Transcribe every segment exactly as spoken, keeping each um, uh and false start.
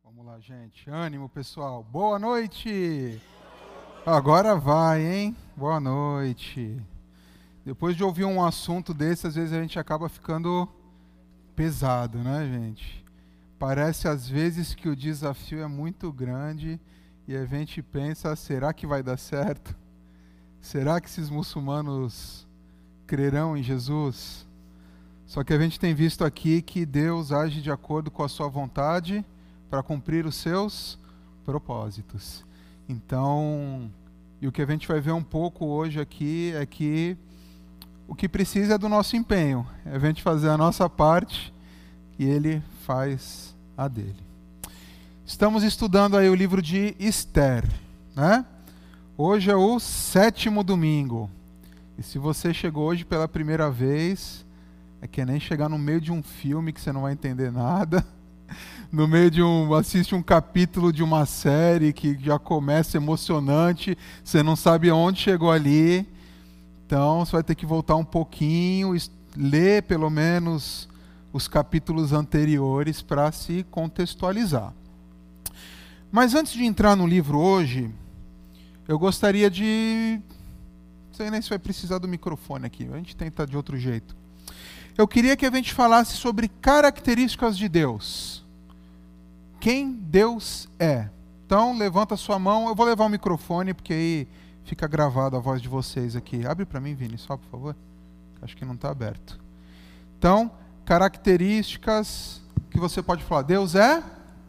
Vamos lá, gente. Ânimo, pessoal. Boa noite! Agora vai, hein? Boa noite. Depois de ouvir um assunto desse, às vezes a gente acaba ficando pesado, né, gente? Parece às vezes que o desafio é muito grande e a gente pensa, será que vai dar certo? Será que esses muçulmanos crerão em Jesus? Só que a gente tem visto aqui que Deus age de acordo com a sua vontade para cumprir os seus propósitos. Então, e o que a gente vai ver um pouco hoje aqui é que o que precisa é do nosso empenho, é a gente fazer a nossa parte e Ele faz a dele. Estamos estudando aí o livro de Esther, né? Hoje é o sétimo domingo. E se você chegou hoje pela primeira vez, é que nem chegar no meio de um filme que você não vai entender nada. No meio de um... assiste um capítulo de uma série que já começa emocionante, você não sabe aonde chegou ali. Então, você vai ter que voltar um pouquinho, ler pelo menos os capítulos anteriores para se contextualizar. Mas antes de entrar no livro hoje, eu gostaria de... não sei nem se vai precisar do microfone aqui, a gente tenta de outro jeito. Eu queria que a gente falasse sobre características de Deus. Quem Deus é. Então, levanta a sua mão. Eu vou levar o microfone, porque aí fica gravada a voz de vocês aqui. Abre para mim, Vini, só, por favor. Acho que não está aberto. Então, características que você pode falar. Deus é...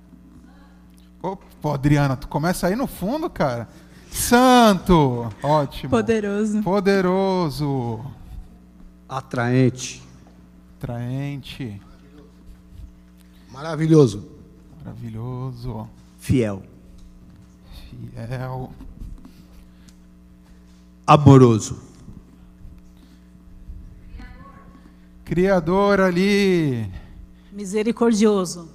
Opa, Adriana, tu começa aí no fundo, cara. Santo. Ótimo. Poderoso. Poderoso. Atraente. Atraente. Maravilhoso. Maravilhoso. Fiel. Fiel. Amoroso. Criador ali. Misericordioso.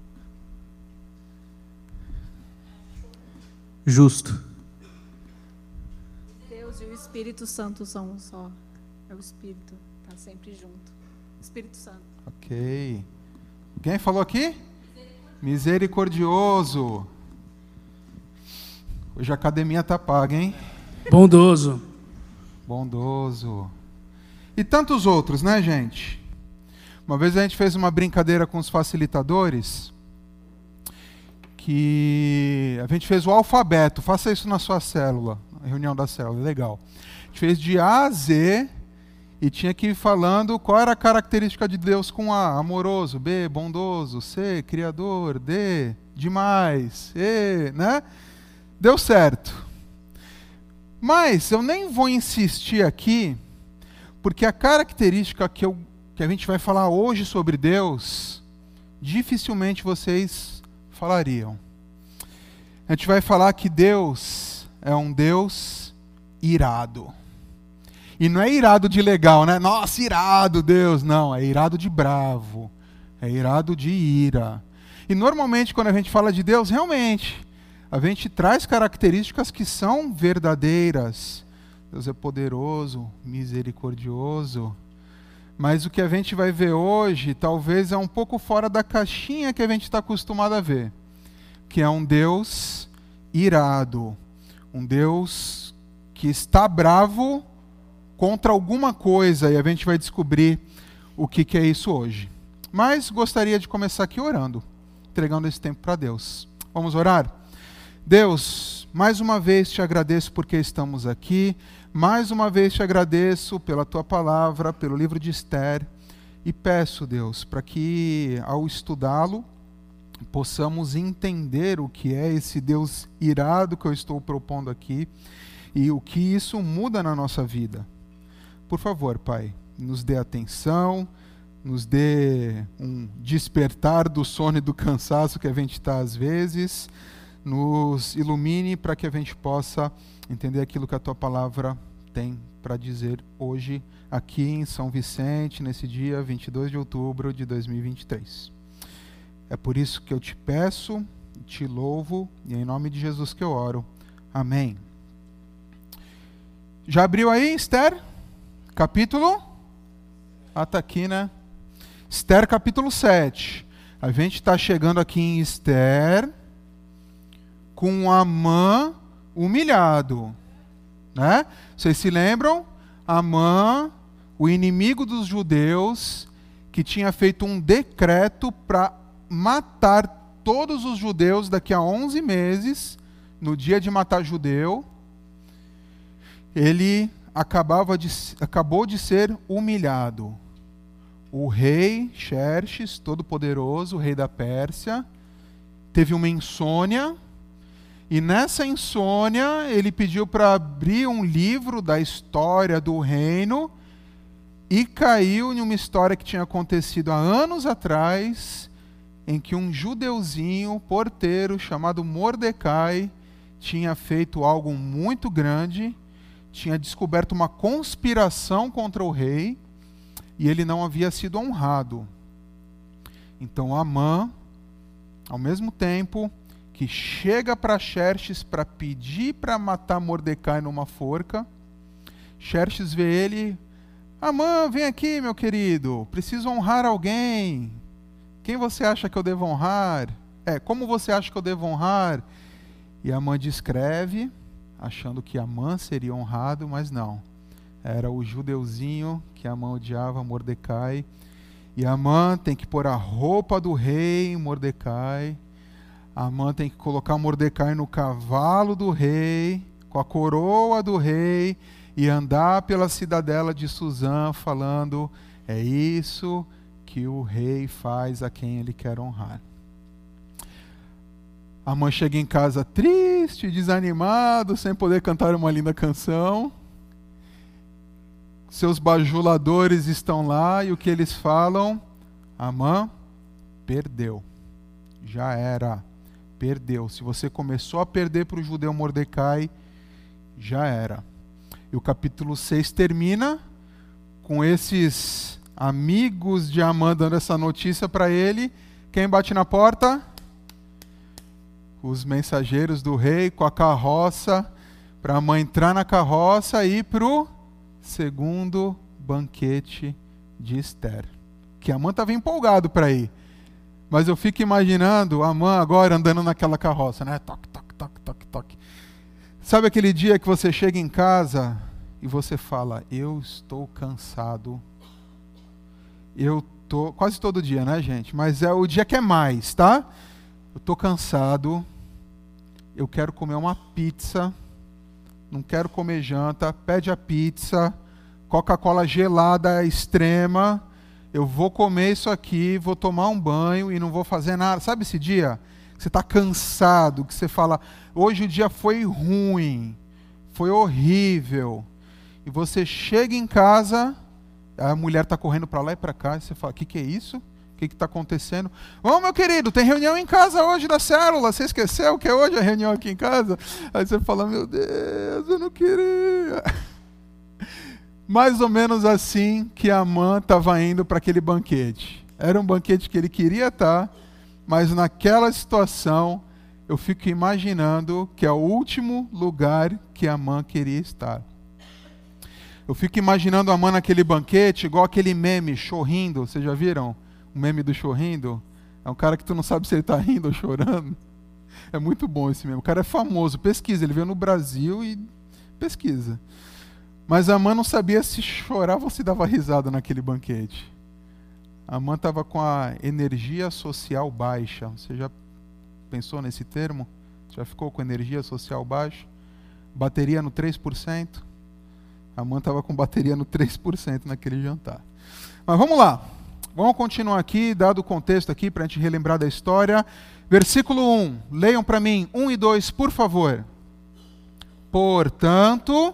Justo. Deus e o Espírito Santo são um só. É o Espírito. Está sempre junto. Espírito Santo. Ok. Quem falou aqui? Misericordioso. Hoje a academia está paga, hein? Bondoso. Bondoso. E tantos outros, né, gente? Uma vez a gente fez uma brincadeira com os facilitadores, que a gente fez o alfabeto. Faça isso na sua célula, na reunião da célula, legal. A gente fez de A a Z e tinha que ir falando qual era a característica de Deus com A. Amoroso, B, bondoso, C, criador, D, demais, E, né? Deu certo. Mas eu nem vou insistir aqui, porque a característica que, eu, que a gente vai falar hoje sobre Deus, dificilmente vocês falariam. A gente vai falar que Deus é um Deus irado. E não é irado de legal, né? Nossa, irado Deus. Não, é irado de bravo. É irado de ira. E normalmente quando a gente fala de Deus, realmente, a gente traz características que são verdadeiras. Deus é poderoso, misericordioso. Mas o que a gente vai ver hoje, talvez é um pouco fora da caixinha que a gente está acostumado a ver. Que é um Deus irado. Um Deus que está bravo contra alguma coisa, e a gente vai descobrir o que, que é isso hoje. Mas gostaria de começar aqui orando, entregando esse tempo para Deus. Vamos orar? Deus, mais uma vez te agradeço porque estamos aqui, mais uma vez te agradeço pela tua palavra, pelo livro de Esther, e peço, Deus, para que ao estudá-lo, possamos entender o que é esse Deus irado que eu estou propondo aqui, e o que isso muda na nossa vida. Por favor, Pai, nos dê atenção, nos dê um despertar do sono e do cansaço que a gente está às vezes, nos ilumine para que a gente possa entender aquilo que a Tua Palavra tem para dizer hoje aqui em São Vicente, nesse dia vinte e dois de outubro de dois mil e vinte e três. É por isso que eu te peço, te louvo, e é em nome de Jesus que eu oro. Amém. Já abriu aí, Esther? Capítulo? Ah, está aqui, né? Esther, capítulo sete. A gente está chegando aqui em Esther com Amã humilhado, né? Vocês se lembram? Amã, o inimigo dos judeus, que tinha feito um decreto para matar todos os judeus daqui a onze meses, no dia de matar judeu. Ele acabava de, acabou de ser humilhado. O rei Xerxes, todo-poderoso, o rei da Pérsia, teve uma insônia, e nessa insônia ele pediu para abrir um livro da história do reino, e caiu em uma história que tinha acontecido há anos atrás, em que um judeuzinho porteiro chamado Mordecai tinha feito algo muito grande, tinha descoberto uma conspiração contra o rei, e ele não havia sido honrado. Então Amã, ao mesmo tempo que chega para Xerxes para pedir para matar Mordecai numa forca, Xerxes vê ele: Amã, vem aqui, meu querido, preciso honrar alguém. Quem você acha que eu devo honrar? É, como você acha que eu devo honrar? E Amã descreve, achando que Amã seria honrado, mas não. Era o judeuzinho que Amã odiava, Mordecai. E Amã tem que pôr a roupa do rei em Mordecai. Amã tem que colocar Mordecai no cavalo do rei, com a coroa do rei, e andar pela cidadela de Suzã falando: é isso que o rei faz a quem ele quer honrar. Amã chega em casa triste, desanimado, sem poder cantar uma linda canção. Seus bajuladores estão lá, e o que eles falam? Amã perdeu. Já era. Perdeu. Se você começou a perder para o judeu Mordecai, já era. E o capítulo seis termina com esses amigos de Amã dando essa notícia para ele. Quem bate na porta? Os mensageiros do rei com a carroça, para Amã entrar na carroça e ir para o segundo banquete de Esther. Que Amã estava empolgado para ir. Mas eu fico imaginando Amã agora andando naquela carroça, né? Toque, toque, toque, toque, toque. Sabe aquele dia que você chega em casa e você fala: eu estou cansado. Eu tô quase todo dia, né, gente? Mas é o dia que é mais, tá? Eu tô cansado. Eu quero comer uma pizza. Não quero comer janta. Pede a pizza. Coca-Cola gelada extrema. Eu vou comer isso aqui, vou tomar um banho e não vou fazer nada. Sabe esse dia? Que você está cansado, que você fala: hoje o dia foi ruim, foi horrível. E você chega em casa, a mulher está correndo para lá e para cá, e você fala: o que, que é isso? O que está acontecendo? Ô, meu querido, tem reunião em casa hoje da célula. Você esqueceu que é hoje a reunião aqui em casa? Aí você fala: meu Deus, eu não queria. Mais ou menos assim que Amã estava indo para aquele banquete. Era um banquete que ele queria estar, mas naquela situação eu fico imaginando que é o último lugar que Amã queria estar. Eu fico imaginando Amã naquele banquete, igual aquele meme, chorrindo. Vocês já viram o meme do chorrindo? É um cara que tu não sabe se ele está rindo ou chorando. É muito bom esse meme. O cara é famoso, pesquisa. Ele veio no Brasil e pesquisa. Mas Amã não sabia se chorava ou se dava risada naquele banquete. Amã estava com a energia social baixa. Você já pensou nesse termo? Já ficou com energia social baixa? Bateria no três por cento? Amã estava com bateria no três por cento naquele jantar. Mas vamos lá. Vamos continuar aqui, dado o contexto aqui, para a gente relembrar da história. Versículo um. Leiam para mim. um e dois, por favor. Portanto...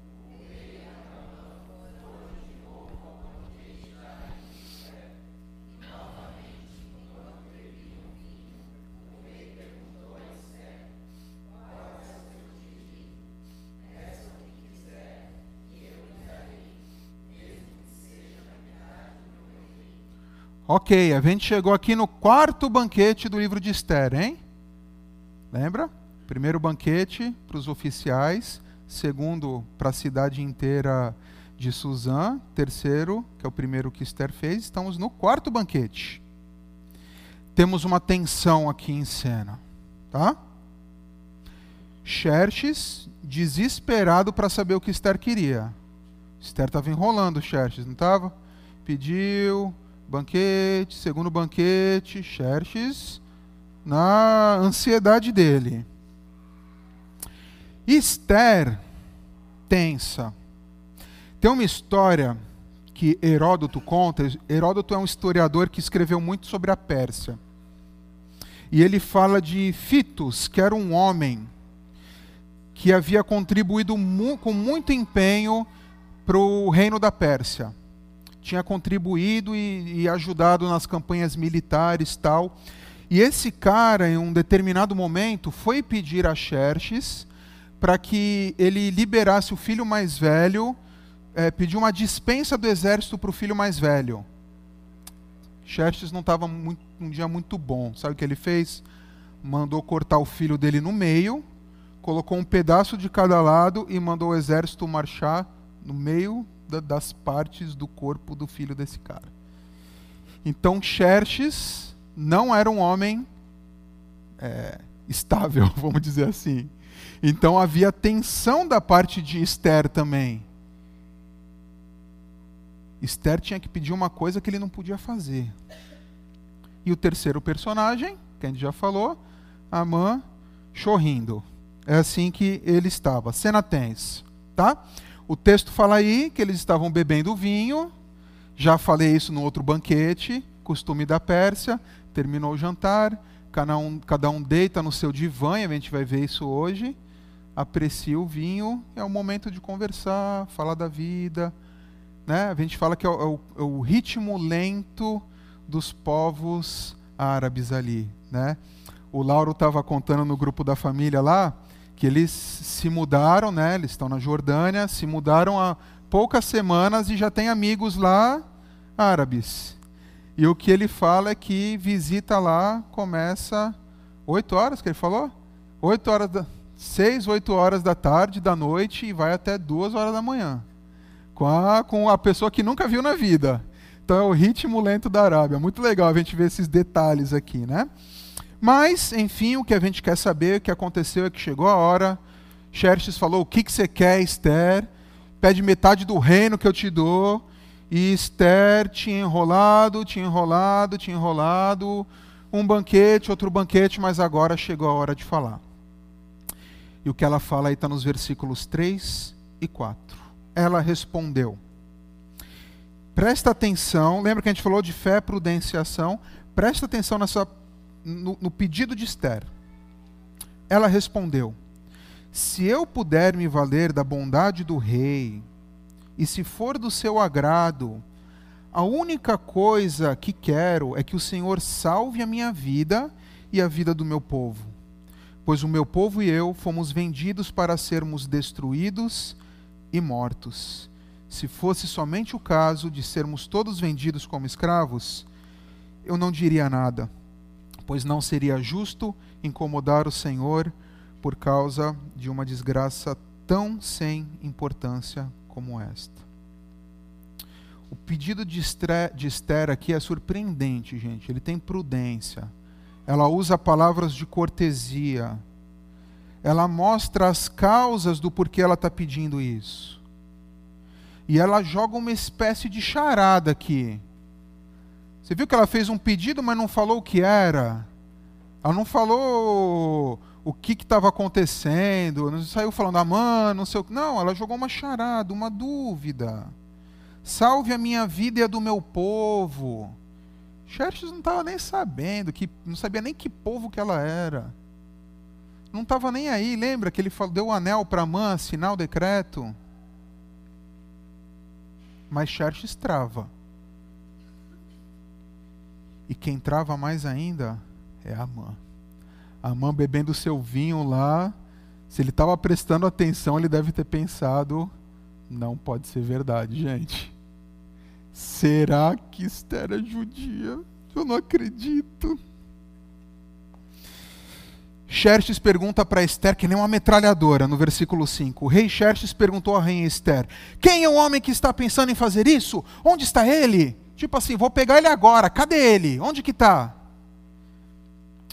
Ok, a gente chegou aqui no quarto banquete do livro de Esther, hein? Lembra? Primeiro banquete para os oficiais, segundo para a cidade inteira de Suzã, terceiro, que é o primeiro que Esther fez, estamos no quarto banquete. temos uma tensão aqui em cena, tá? Xerxes, desesperado para saber o que Esther queria. Esther estava enrolando Xerxes, não estava? Pediu banquete, segundo banquete, Xerxes na ansiedade dele. Esther, tensa. Tem uma história que Heródoto conta. Heródoto é um historiador que escreveu muito sobre a Pérsia. E ele fala de Fitos, que era um homem que havia contribuído mu- com muito empenho para o reino da Pérsia. Tinha contribuído e, e ajudado nas campanhas militares e tal. E esse cara, em um determinado momento, foi pedir a Xerxes para que ele liberasse o filho mais velho, é, pediu uma dispensa do exército para o filho mais velho. Xerxes não estava um dia muito bom. Sabe o que ele fez? Mandou cortar o filho dele no meio, colocou um pedaço de cada lado e mandou o exército marchar no meio da, das partes do corpo do filho desse cara. Então Xerxes não era um homem é, estável, vamos dizer assim. Então havia tensão da parte de Esther também. Esther tinha que pedir uma coisa que ele não podia fazer. E o terceiro personagem, que a gente já falou, Amã chorrindo. É assim que ele estava. Cena tensa, tá? O texto fala aí que eles estavam bebendo vinho. Já falei isso no outro banquete, costume da Pérsia. Terminou o jantar, cada um, cada um deita no seu divã, e a gente vai ver isso hoje. Aprecia o vinho, é o momento de conversar, falar da vida. Né? A gente fala que é o, é, o, é o ritmo lento dos povos árabes ali. Né? O Lauro estava contando no grupo da família lá que eles se mudaram, né? Eles estão na Jordânia, se mudaram há poucas semanas e já tem amigos lá árabes. E o que ele fala é que visita lá começa oito horas, que ele falou? Oito horas da, seis, oito horas da tarde, da noite, e vai até duas horas da manhã. Com a, com a pessoa que nunca viu na vida. Então é o ritmo lento da Arábia. Muito legal a gente ver esses detalhes aqui, né? Mas, enfim, o que a gente quer saber, o que aconteceu é que chegou a hora. Xerxes falou: o que, que você quer, Esther? Pede metade do reino que eu te dou. E Esther tinha enrolado, tinha enrolado, tinha enrolado. Um banquete, outro banquete, mas agora chegou a hora de falar. E o que ela fala aí está nos versículos três e quatro. Ela respondeu. Presta atenção, lembra que a gente falou de fé, prudência e ação? Presta atenção nessa, no, no pedido de Esther. Ela respondeu: se eu puder me valer da bondade do rei, e se for do seu agrado, a única coisa que quero é que o Senhor salve a minha vida e a vida do meu povo. Pois o meu povo e eu fomos vendidos para sermos destruídos e mortos. Se fosse somente o caso de sermos todos vendidos como escravos, eu não diria nada, pois não seria justo incomodar o Senhor por causa de uma desgraça tão sem importância como esta. O pedido de Esther aqui é surpreendente, gente. Ele tem prudência. Ela usa palavras de cortesia. Ela mostra as causas do porquê ela está pedindo isso. E ela joga uma espécie de charada aqui. Você viu que ela fez um pedido, mas não falou o que era. Ela não falou o que estava acontecendo, não saiu falando, ah, mano, não sei o que. Não, ela jogou uma charada, uma dúvida. Salve a minha vida e a do meu povo. Xerxes não estava nem sabendo, que, não sabia nem que povo que ela era. Não estava nem aí, lembra que ele falou, deu o anel para Amã assinar o decreto? Mas Xerxes trava. E quem trava mais ainda é Amã. Amã bebendo seu vinho lá, se ele estava prestando atenção, ele deve ter pensado, não pode ser verdade, gente. Será que Esther é judia? Eu não acredito. Xerxes pergunta para Esther, que nem uma metralhadora, no versículo cinco. O rei Xerxes perguntou à rainha Esther: quem é o homem que está pensando em fazer isso? Onde está ele? Tipo assim, vou pegar ele agora, cadê ele? Onde que está?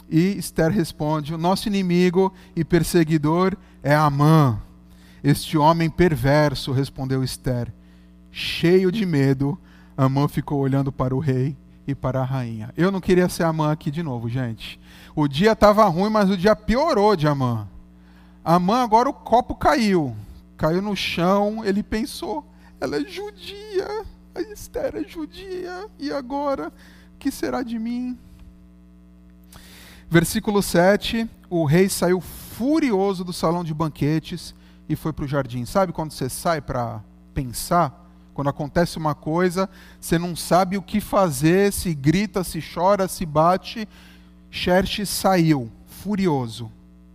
E Esther responde: o nosso inimigo e perseguidor é Amã. Este homem perverso, respondeu Esther. Cheio de medo, Amã ficou olhando para o rei e para a rainha. Eu não queria ser Amã aqui de novo, gente. O dia estava ruim, mas o dia piorou de Amã. Amã, agora o copo caiu. Caiu no chão, ele pensou, ela é judia, a Esther é judia, e agora, o que será de mim? Versículo sete, o rei saiu furioso do salão de banquetes e foi para o jardim. Sabe quando você sai para pensar? Quando acontece uma coisa, você não sabe o que fazer, se grita, se chora, se bate. Xerxes saiu, furioso.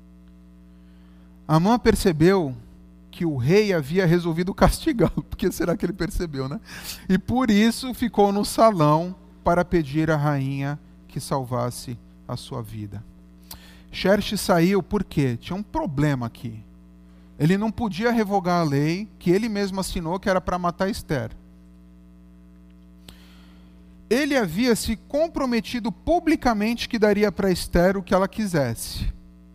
Amã percebeu que o rei havia resolvido castigá-lo. Por que será que ele percebeu, né? E por isso ficou no salão para pedir à rainha que salvasse a sua vida. Xerxes saiu porque tinha um problema aqui. Ele não podia revogar a lei que ele mesmo assinou, que era para matar Esther. Ele havia se comprometido publicamente que daria para Esther o que ela quisesse.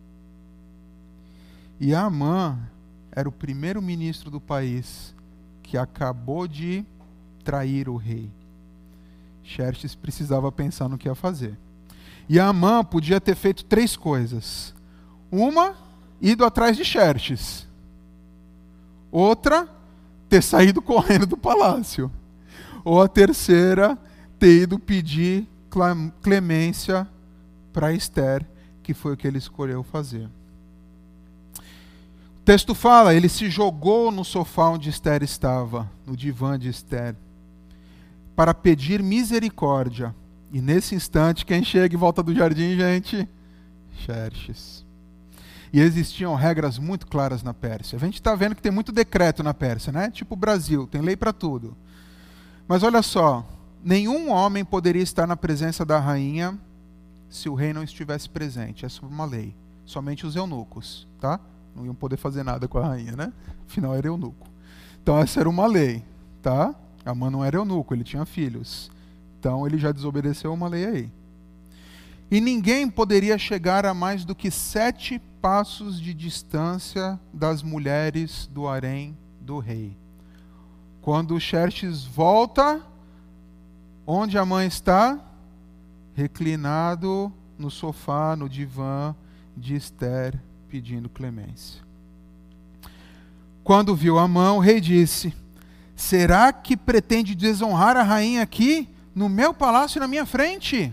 E Amã era o primeiro ministro do país que acabou de trair o rei. Xerxes precisava pensar no que ia fazer. E Amã podia ter feito três coisas. Uma, ido atrás de Xerxes. Outra, ter saído correndo do palácio. Ou a terceira, ter ido pedir clemência para Esther, que foi o que ele escolheu fazer. O texto fala, ele se jogou no sofá onde Esther estava, no divã de Esther, para pedir misericórdia. E nesse instante, quem chega e volta do jardim, gente? Xerxes. E existiam regras muito claras na Pérsia. A gente está vendo que tem muito decreto na Pérsia, né? Tipo o Brasil, tem lei para tudo. Mas olha só, nenhum homem poderia estar na presença da rainha se o rei não estivesse presente. Essa é uma lei. Somente os eunucos, tá? Não iam poder fazer nada com a rainha, né? Afinal, era eunuco. Então essa era uma lei, tá? Amã não era eunuco, ele tinha filhos. Então ele já desobedeceu uma lei aí. E ninguém poderia chegar a mais do que sete passos de distância das mulheres do harém do rei. Quando Xerxes volta, onde a mãe está? Reclinado no sofá, no divã de Esther, pedindo clemência. Quando viu Amã, o rei disse: será que pretende desonrar a rainha aqui, no meu palácio e na minha frente?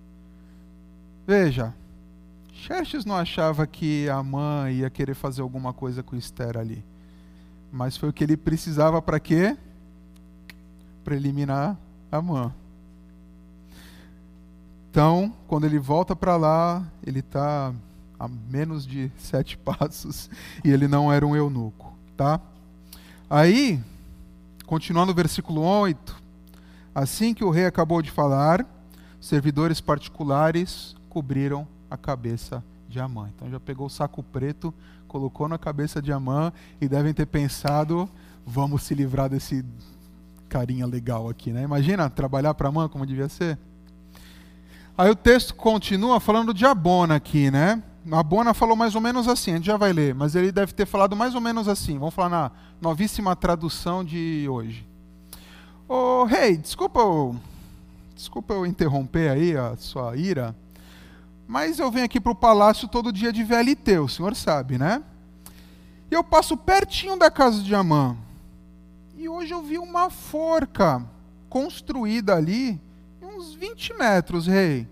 Veja, Xerxes não achava que Amã ia querer fazer alguma coisa com Esther ali. Mas foi o que ele precisava para quê? Para eliminar Amã. Então, quando ele volta para lá, ele está a menos de sete passos e ele não era um eunuco, tá? Aí, continuando o versículo oito, assim que o rei acabou de falar, servidores particulares cobriram a cabeça de Amã. Então já pegou o saco preto, colocou na cabeça de Amã e devem ter pensado, vamos se livrar desse carinha legal aqui, né? Imagina trabalhar para Amã como devia ser. Aí o texto continua falando de Abona aqui, né? Abona falou mais ou menos assim, a gente já vai ler, mas ele deve ter falado mais ou menos assim. Vamos falar na novíssima tradução de hoje. Ô rei, desculpa eu, desculpa eu interromper aí a sua ira, mas eu venho aqui para o palácio todo dia de V L T, o senhor sabe, né? E eu passo pertinho da casa de Amã. E hoje eu vi uma forca construída ali, uns vinte metros, rei.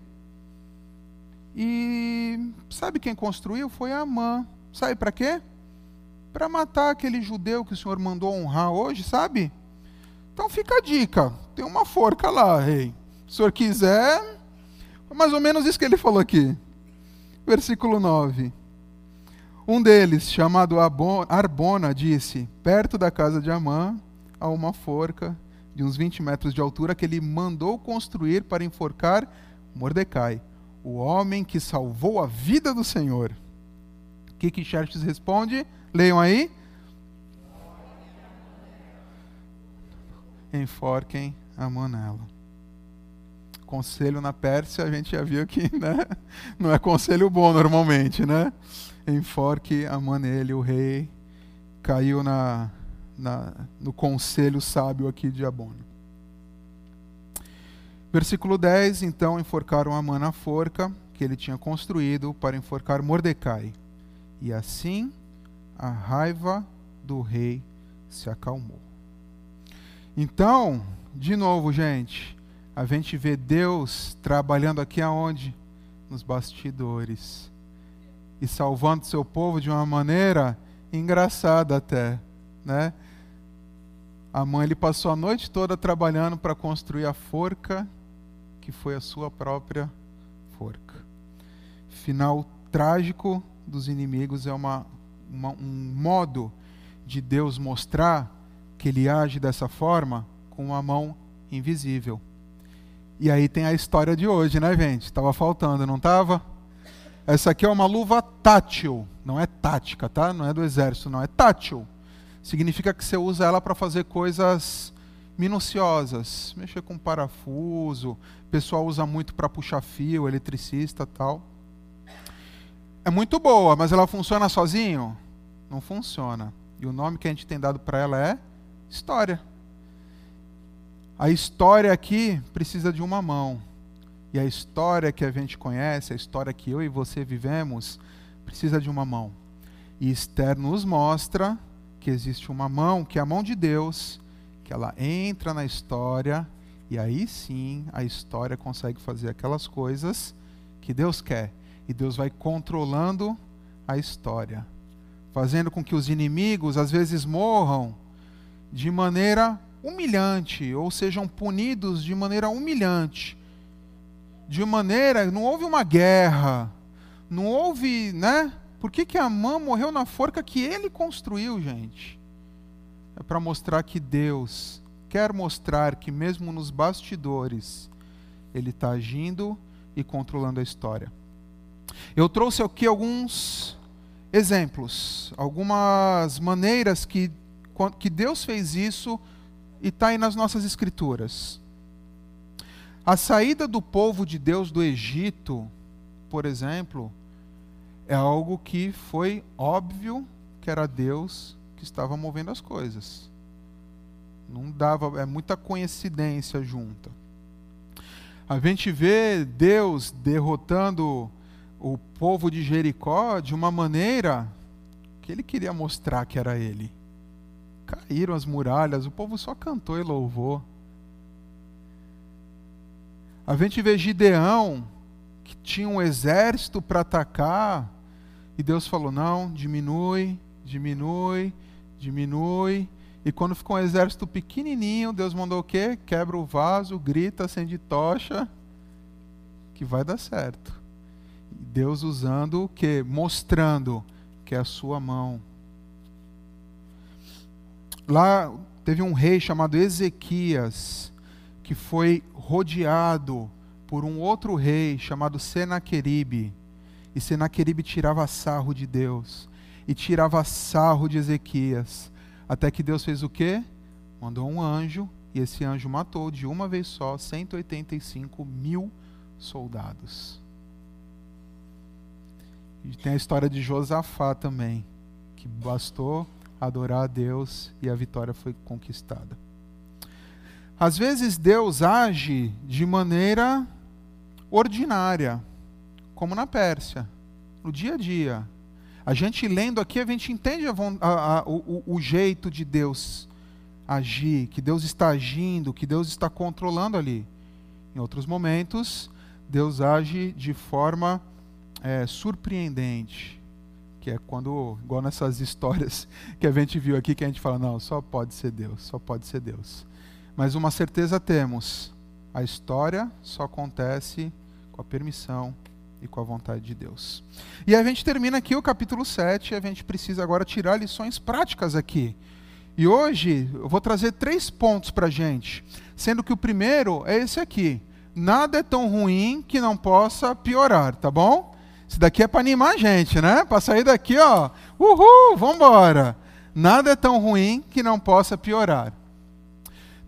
E sabe quem construiu? Foi Amã. Sabe para quê? Para matar aquele judeu que o senhor mandou honrar hoje, sabe? Então fica a dica, tem uma forca lá, rei. Se o senhor quiser, mais ou menos isso que ele falou aqui. Versículo nove. Um deles, chamado Arbona, disse, perto da casa de Amã, há uma forca de uns vinte metros de altura que ele mandou construir para enforcar Mordecai, o homem que salvou a vida do Senhor. O que que Xerxes responde? Leiam aí. Enforquem Amã nela. Conselho na Pérsia, a gente já viu que, né, não é conselho bom normalmente, né? Enforque Amã ele, o rei, caiu na, na, no conselho sábio aqui de Abono. Versículo dez, então enforcaram Amã na forca que ele tinha construído para enforcar Mordecai. E assim a raiva do rei se acalmou. Então, de novo, gente, a gente vê Deus trabalhando aqui aonde? Nos bastidores. E salvando seu povo de uma maneira engraçada até, né? Amã, ele passou a noite toda trabalhando para construir a forca, que foi a sua própria forca. Final trágico dos inimigos é uma, uma, um modo de Deus mostrar que ele age dessa forma com uma mão invisível. E aí tem a história de hoje, né, gente? Estava faltando, não estava? Essa aqui é uma luva tátil, não é tática, tá? Não é do exército, não, é tátil. Significa que você usa ela para fazer coisas minuciosas, mexer com parafuso, o pessoal usa muito para puxar fio, eletricista e tal. É muito boa, mas ela funciona sozinho? Não funciona. E o nome que a gente tem dado para ela é história. A história aqui precisa de uma mão. E a história que a gente conhece, a história que eu e você vivemos, precisa de uma mão. E Esther nos mostra que existe uma mão, que é a mão de Deus, que ela entra na história, e aí sim a história consegue fazer aquelas coisas que Deus quer. E Deus vai controlando a história, fazendo com que os inimigos às vezes morram de maneira humilhante, ou sejam punidos de maneira humilhante. De maneira, não houve uma guerra, não houve, né? Por que que Amã morreu na forca que ele construiu, gente? É para mostrar que Deus quer mostrar que mesmo nos bastidores, ele está agindo e controlando a história. Eu trouxe aqui alguns exemplos, algumas maneiras que, que Deus fez isso e está aí nas nossas escrituras. A saída do povo de Deus do Egito, por exemplo, é algo que foi óbvio que era Deus que estava movendo as coisas. Não dava, é muita coincidência junta. A gente vê Deus derrotando o povo de Jericó de uma maneira que ele queria mostrar que era ele. Caíram as muralhas, o povo só cantou e louvou. A gente vê Gideão, que tinha um exército para atacar, e Deus falou, não, diminui, diminui, diminui. E quando ficou um exército pequenininho, Deus mandou o quê? Quebra o vaso, grita, acende tocha, que vai dar certo. E Deus usando o quê? Mostrando que é a sua mão. Lá teve um rei chamado Ezequias, que foi rodeado por um outro rei chamado Senaqueribe. E Senaqueribe tirava sarro de Deus. E tirava sarro de Ezequias. Até que Deus fez o quê? Mandou um anjo. E esse anjo matou de uma vez só cento e oitenta e cinco mil soldados. E tem a história de Josafá também. Que bastou adorar a Deus e a vitória foi conquistada. Às vezes Deus age de maneira ordinária, como na Pérsia, no dia a dia. A gente lendo aqui, a gente entende a, a, a, o, o jeito de Deus agir, que Deus está agindo, que Deus está controlando ali. Em outros momentos, Deus age de forma é, surpreendente, que é quando, igual nessas histórias que a gente viu aqui, que a gente fala, não, só pode ser Deus, só pode ser Deus. Mas uma certeza temos, a história só acontece com a permissão e com a vontade de Deus. E a gente termina aqui o capítulo sete, e a gente precisa agora tirar lições práticas aqui. E hoje eu vou trazer três pontos para a gente, sendo que o primeiro é esse aqui. Nada é tão ruim que não possa piorar, tá bom? Isso daqui é para animar a gente, né? Para sair daqui, ó, uhul, vambora. Nada é tão ruim que não possa piorar.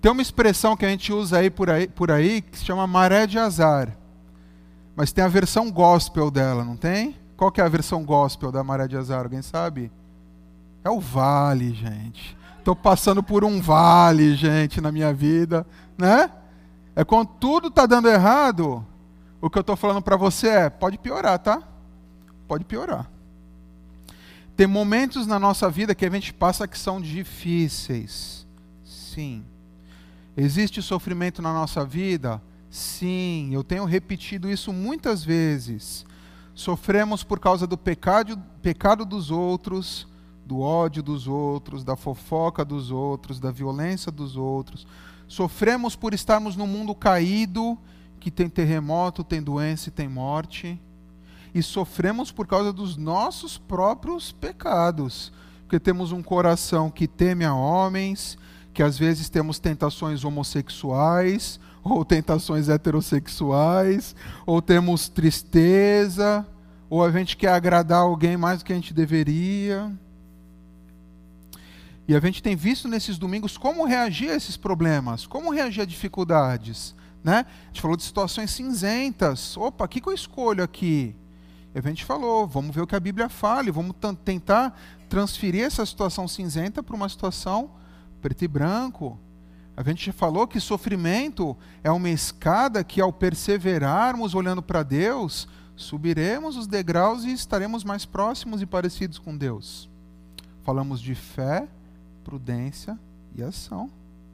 Tem uma expressão que a gente usa aí por aí, por aí que se chama maré de azar. Mas tem a versão gospel dela, não tem? Qual que é a versão gospel da maré de azar? Alguém sabe? É o vale, gente. Estou passando por um vale, gente, na minha vida, né? É quando tudo está dando errado, o que eu estou falando para você é, pode piorar, tá? Pode piorar. Tem momentos na nossa vida que a gente passa que são difíceis. Sim. Existe sofrimento na nossa vida? Sim. Eu tenho repetido isso muitas vezes. Sofremos por causa do pecado, pecado dos outros, do ódio dos outros, da fofoca dos outros, da violência dos outros. Sofremos por estarmos num mundo caído, que tem terremoto, tem doença e tem morte. E sofremos por causa dos nossos próprios pecados. Porque temos um coração que teme a homens, que às vezes temos tentações homossexuais, ou tentações heterossexuais, ou temos tristeza, ou a gente quer agradar alguém mais do que a gente deveria. E a gente tem visto nesses domingos como reagir a esses problemas, como reagir a dificuldades, né? A gente falou de situações cinzentas. Opa, o que, que eu escolho aqui? E a gente falou, vamos ver o que a Bíblia fala e vamos t- tentar transferir essa situação cinzenta para uma situação preto e branco. A gente falou que sofrimento é uma escada que, ao perseverarmos olhando para Deus, subiremos os degraus e estaremos mais próximos e parecidos com Deus. Falamos de fé, prudência e ação.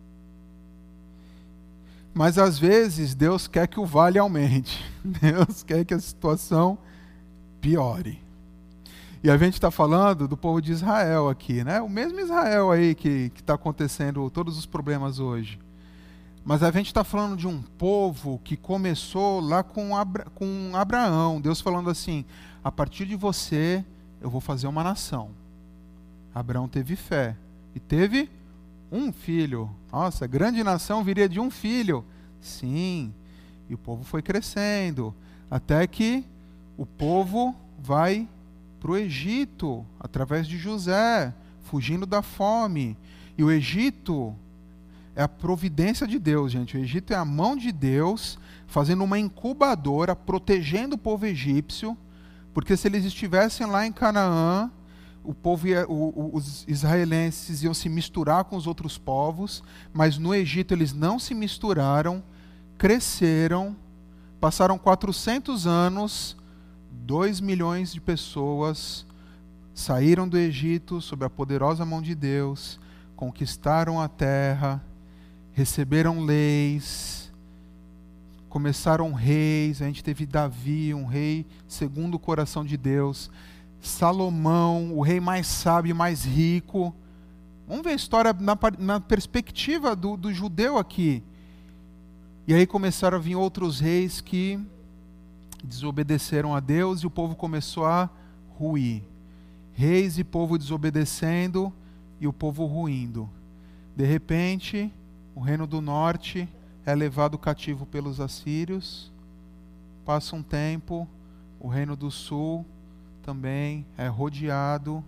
Mas às vezes Deus quer que o vale aumente. Deus quer que a situação piore. E a gente está falando do povo de Israel aqui, né? O mesmo Israel aí que está acontecendo todos os problemas hoje. Mas a gente está falando de um povo que começou lá com, Abra- com Abraão. Deus falando assim, a partir de você eu vou fazer uma nação. Abraão teve fé. E teve um filho. Nossa, a grande nação viria de um filho. Sim. E o povo foi crescendo. Até que o povo vai para o Egito, através de José, fugindo da fome. E o Egito é a providência de Deus, gente. O Egito é a mão de Deus, fazendo uma incubadora, protegendo o povo egípcio, porque se eles estivessem lá em Canaã, o povo ia, o, o, os israelenses iam se misturar com os outros povos, mas no Egito eles não se misturaram, cresceram, passaram quatrocentos anos, dois milhões de pessoas saíram do Egito sob a poderosa mão de Deus, conquistaram a terra, receberam leis, começaram reis. A gente teve Davi, um rei segundo o coração de Deus, Salomão, o rei mais sábio e mais rico. Vamos ver a história na, na perspectiva do, do judeu aqui. E aí começaram a vir outros reis que desobedeceram a Deus e o povo começou a ruir. Reis e povo desobedecendo e o povo ruindo. De repente, o reino do norte é levado cativo pelos assírios. Passa um tempo, o reino do sul também é rodeado.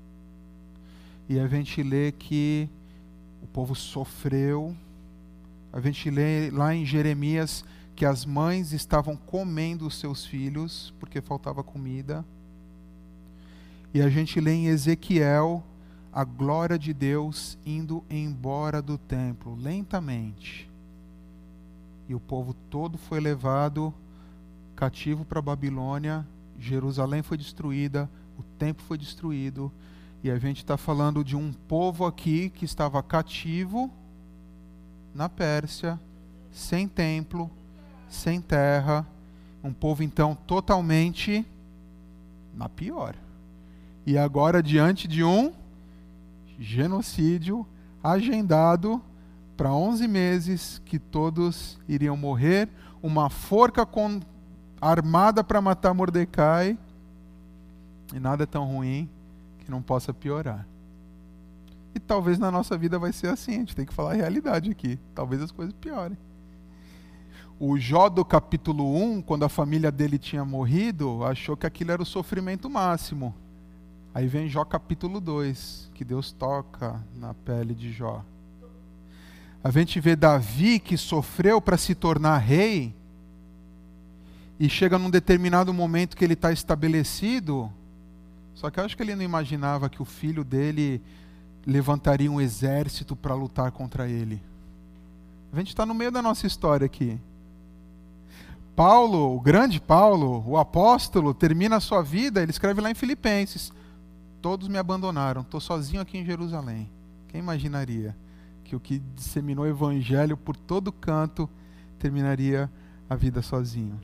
E a gente lê que o povo sofreu. A gente lê lá em Jeremias que as mães estavam comendo os seus filhos porque faltava comida. E a gente lê em Ezequiel a glória de Deus indo embora do templo, lentamente. E o povo todo foi levado cativo para a Babilônia, Jerusalém foi destruída, o templo foi destruído, e a gente está falando de um povo aqui que estava cativo na Pérsia, sem templo, sem terra, um povo então totalmente na pior. E agora diante de um genocídio agendado para onze meses, que todos iriam morrer, uma forca com, armada para matar Mordecai, e nada é tão ruim que não possa piorar. E talvez na nossa vida vai ser assim, a gente tem que falar a realidade aqui, talvez as coisas piorem. O Jó do capítulo um, quando a família dele tinha morrido, achou que aquilo era o sofrimento máximo. Aí vem Jó capítulo dois, que Deus toca na pele de Jó. A gente vê Davi que sofreu para se tornar rei, e chega num determinado momento que ele está estabelecido, só que eu acho que ele não imaginava que o filho dele levantaria um exército para lutar contra ele. A gente está no meio da nossa história aqui. Paulo, o grande Paulo, o apóstolo, termina a sua vida, ele escreve lá em Filipenses: todos me abandonaram, estou sozinho aqui em Jerusalém. Quem imaginaria que o que disseminou o evangelho por todo canto terminaria a vida sozinho?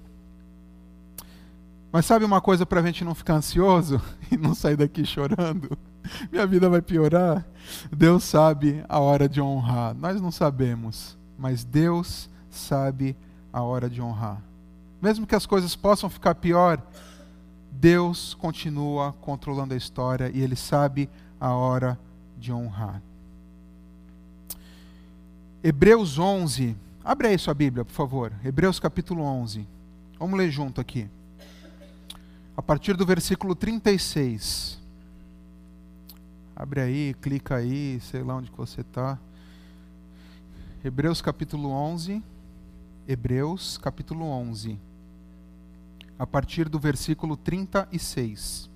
Mas sabe uma coisa para a gente não ficar ansioso e não sair daqui chorando? Minha vida vai piorar. Deus sabe a hora de honrar. Nós não sabemos, mas Deus sabe a hora de honrar. Mesmo que as coisas possam ficar pior, Deus continua controlando a história e Ele sabe a hora de honrar. Hebreus onze. Abre aí sua Bíblia, por favor. Hebreus capítulo onze. Vamos ler junto aqui. A partir do versículo trinta e seis. Abre aí, clica aí, sei lá onde que você está. Hebreus capítulo onze. Hebreus capítulo onze. A partir do versículo trinta e seis.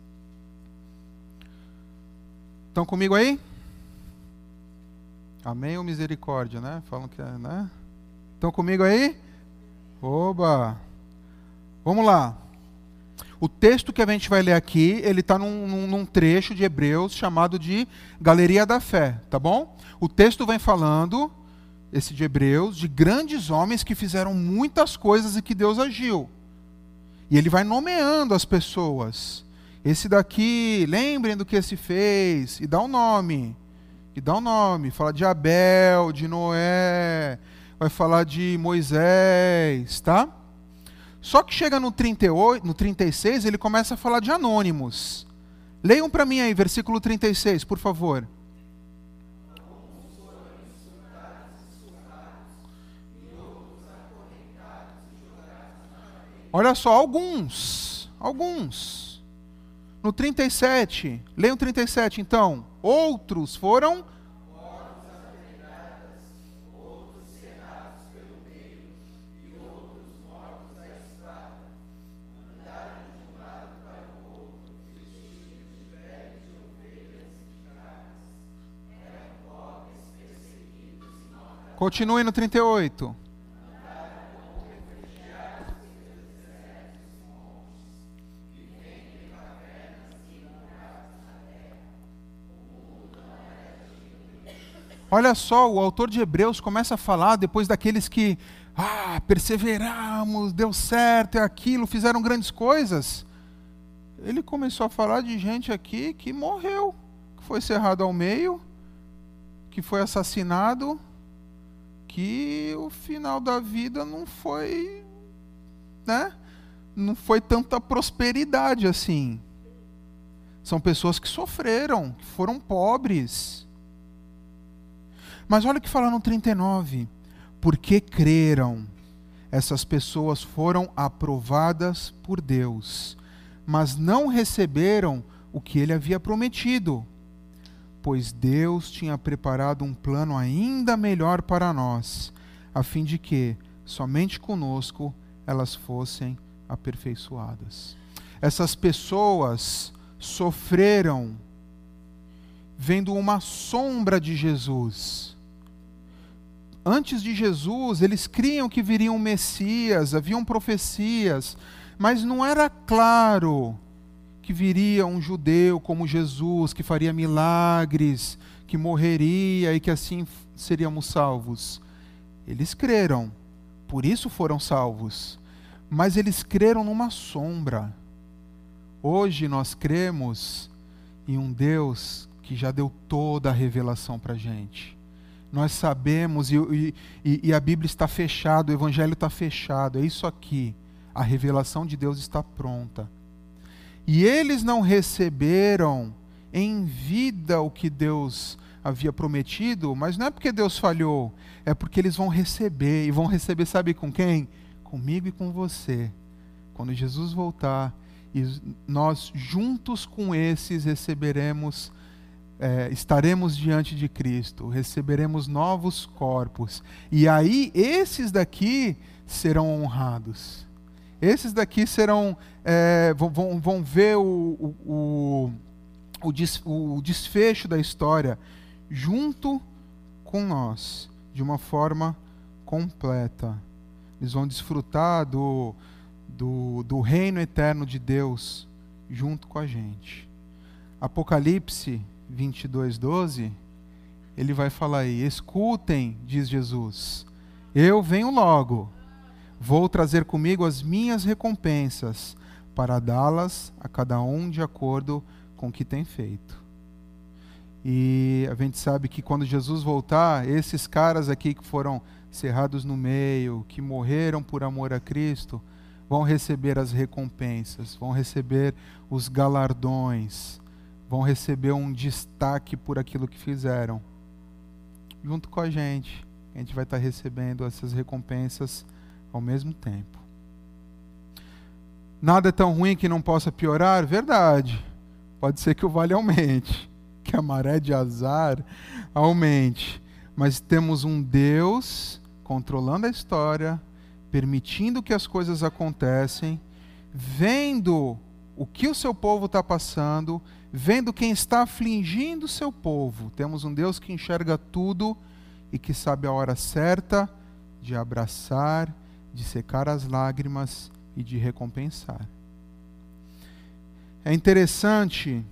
Estão comigo aí? Amém ou misericórdia, né? Falam que é, né? Estão comigo aí? Oba! Vamos lá. O texto que a gente vai ler aqui, ele está num, num, num trecho de Hebreus chamado de Galeria da Fé, tá bom? O texto vem falando, esse de Hebreus, de grandes homens que fizeram muitas coisas e que Deus agiu. E ele vai nomeando as pessoas. Esse daqui, lembrem do que esse fez, e dá um nome. E dá um nome. Fala de Abel, de Noé, vai falar de Moisés, tá? Só que chega no trinta e oito, no trinta e seis, ele começa a falar de anônimos. Leiam para mim aí, versículo trinta e seis, por favor. Olha só, alguns, alguns. No trinta e sete, leiam trinta e sete então. Outros foram... Continue no trinta e oito. Olha só, o autor de Hebreus começa a falar depois daqueles que ah, perseveramos, deu certo, é aquilo, fizeram grandes coisas. Ele começou a falar de gente aqui que morreu, que foi cerrado ao meio, que foi assassinado, que o final da vida não foi, né? Não foi tanta prosperidade assim. São pessoas que sofreram, que foram pobres. Mas olha o que fala no trinta e nove. Porque creram, essas pessoas foram aprovadas por Deus, mas não receberam o que Ele havia prometido, pois Deus tinha preparado um plano ainda melhor para nós, a fim de que, somente conosco, elas fossem aperfeiçoadas. Essas pessoas sofreram vendo uma sombra de Jesus. Antes de Jesus, eles criam que viria um Messias, haviam profecias, mas não era claro que viria um judeu como Jesus, que faria milagres, que morreria e que assim seríamos salvos. Eles creram, por isso foram salvos, mas eles creram numa sombra. Hoje nós cremos em um Deus que já deu toda a revelação para a gente. Nós sabemos, e, e, e a Bíblia está fechada, o Evangelho está fechado, é isso aqui. A revelação de Deus está pronta. E eles não receberam em vida o que Deus havia prometido, mas não é porque Deus falhou, é porque eles vão receber, e vão receber, sabe com quem? Comigo e com você. Quando Jesus voltar, e nós juntos com esses receberemos é, estaremos diante de Cristo, receberemos novos corpos. E aí, esses daqui serão honrados. Esses daqui serão, é, vão, vão ver o, o, o, o, des, o desfecho da história junto com nós, de uma forma completa. Eles vão desfrutar do, do, do reino eterno de Deus junto com a gente. Apocalipse vinte e dois, doze, ele vai falar aí: escutem, diz Jesus, eu venho logo, vou trazer comigo as minhas recompensas, para dá-las a cada um de acordo com o que tem feito. E a gente sabe que quando Jesus voltar, esses caras aqui que foram cerrados no meio, que morreram por amor a Cristo, vão receber as recompensas, vão receber os galardões, vão receber um destaque por aquilo que fizeram. Junto com a gente, a gente vai estar recebendo essas recompensas ao mesmo tempo. Nada é tão ruim que não possa piorar? Verdade. Pode ser que o vale aumente, que a maré de azar aumente. Mas temos um Deus controlando a história, permitindo que as coisas acontecem, vendo o que o seu povo está passando, vendo quem está afligindo o seu povo. Temos um Deus que enxerga tudo e que sabe a hora certa de abraçar, de secar as lágrimas e de recompensar. É interessante,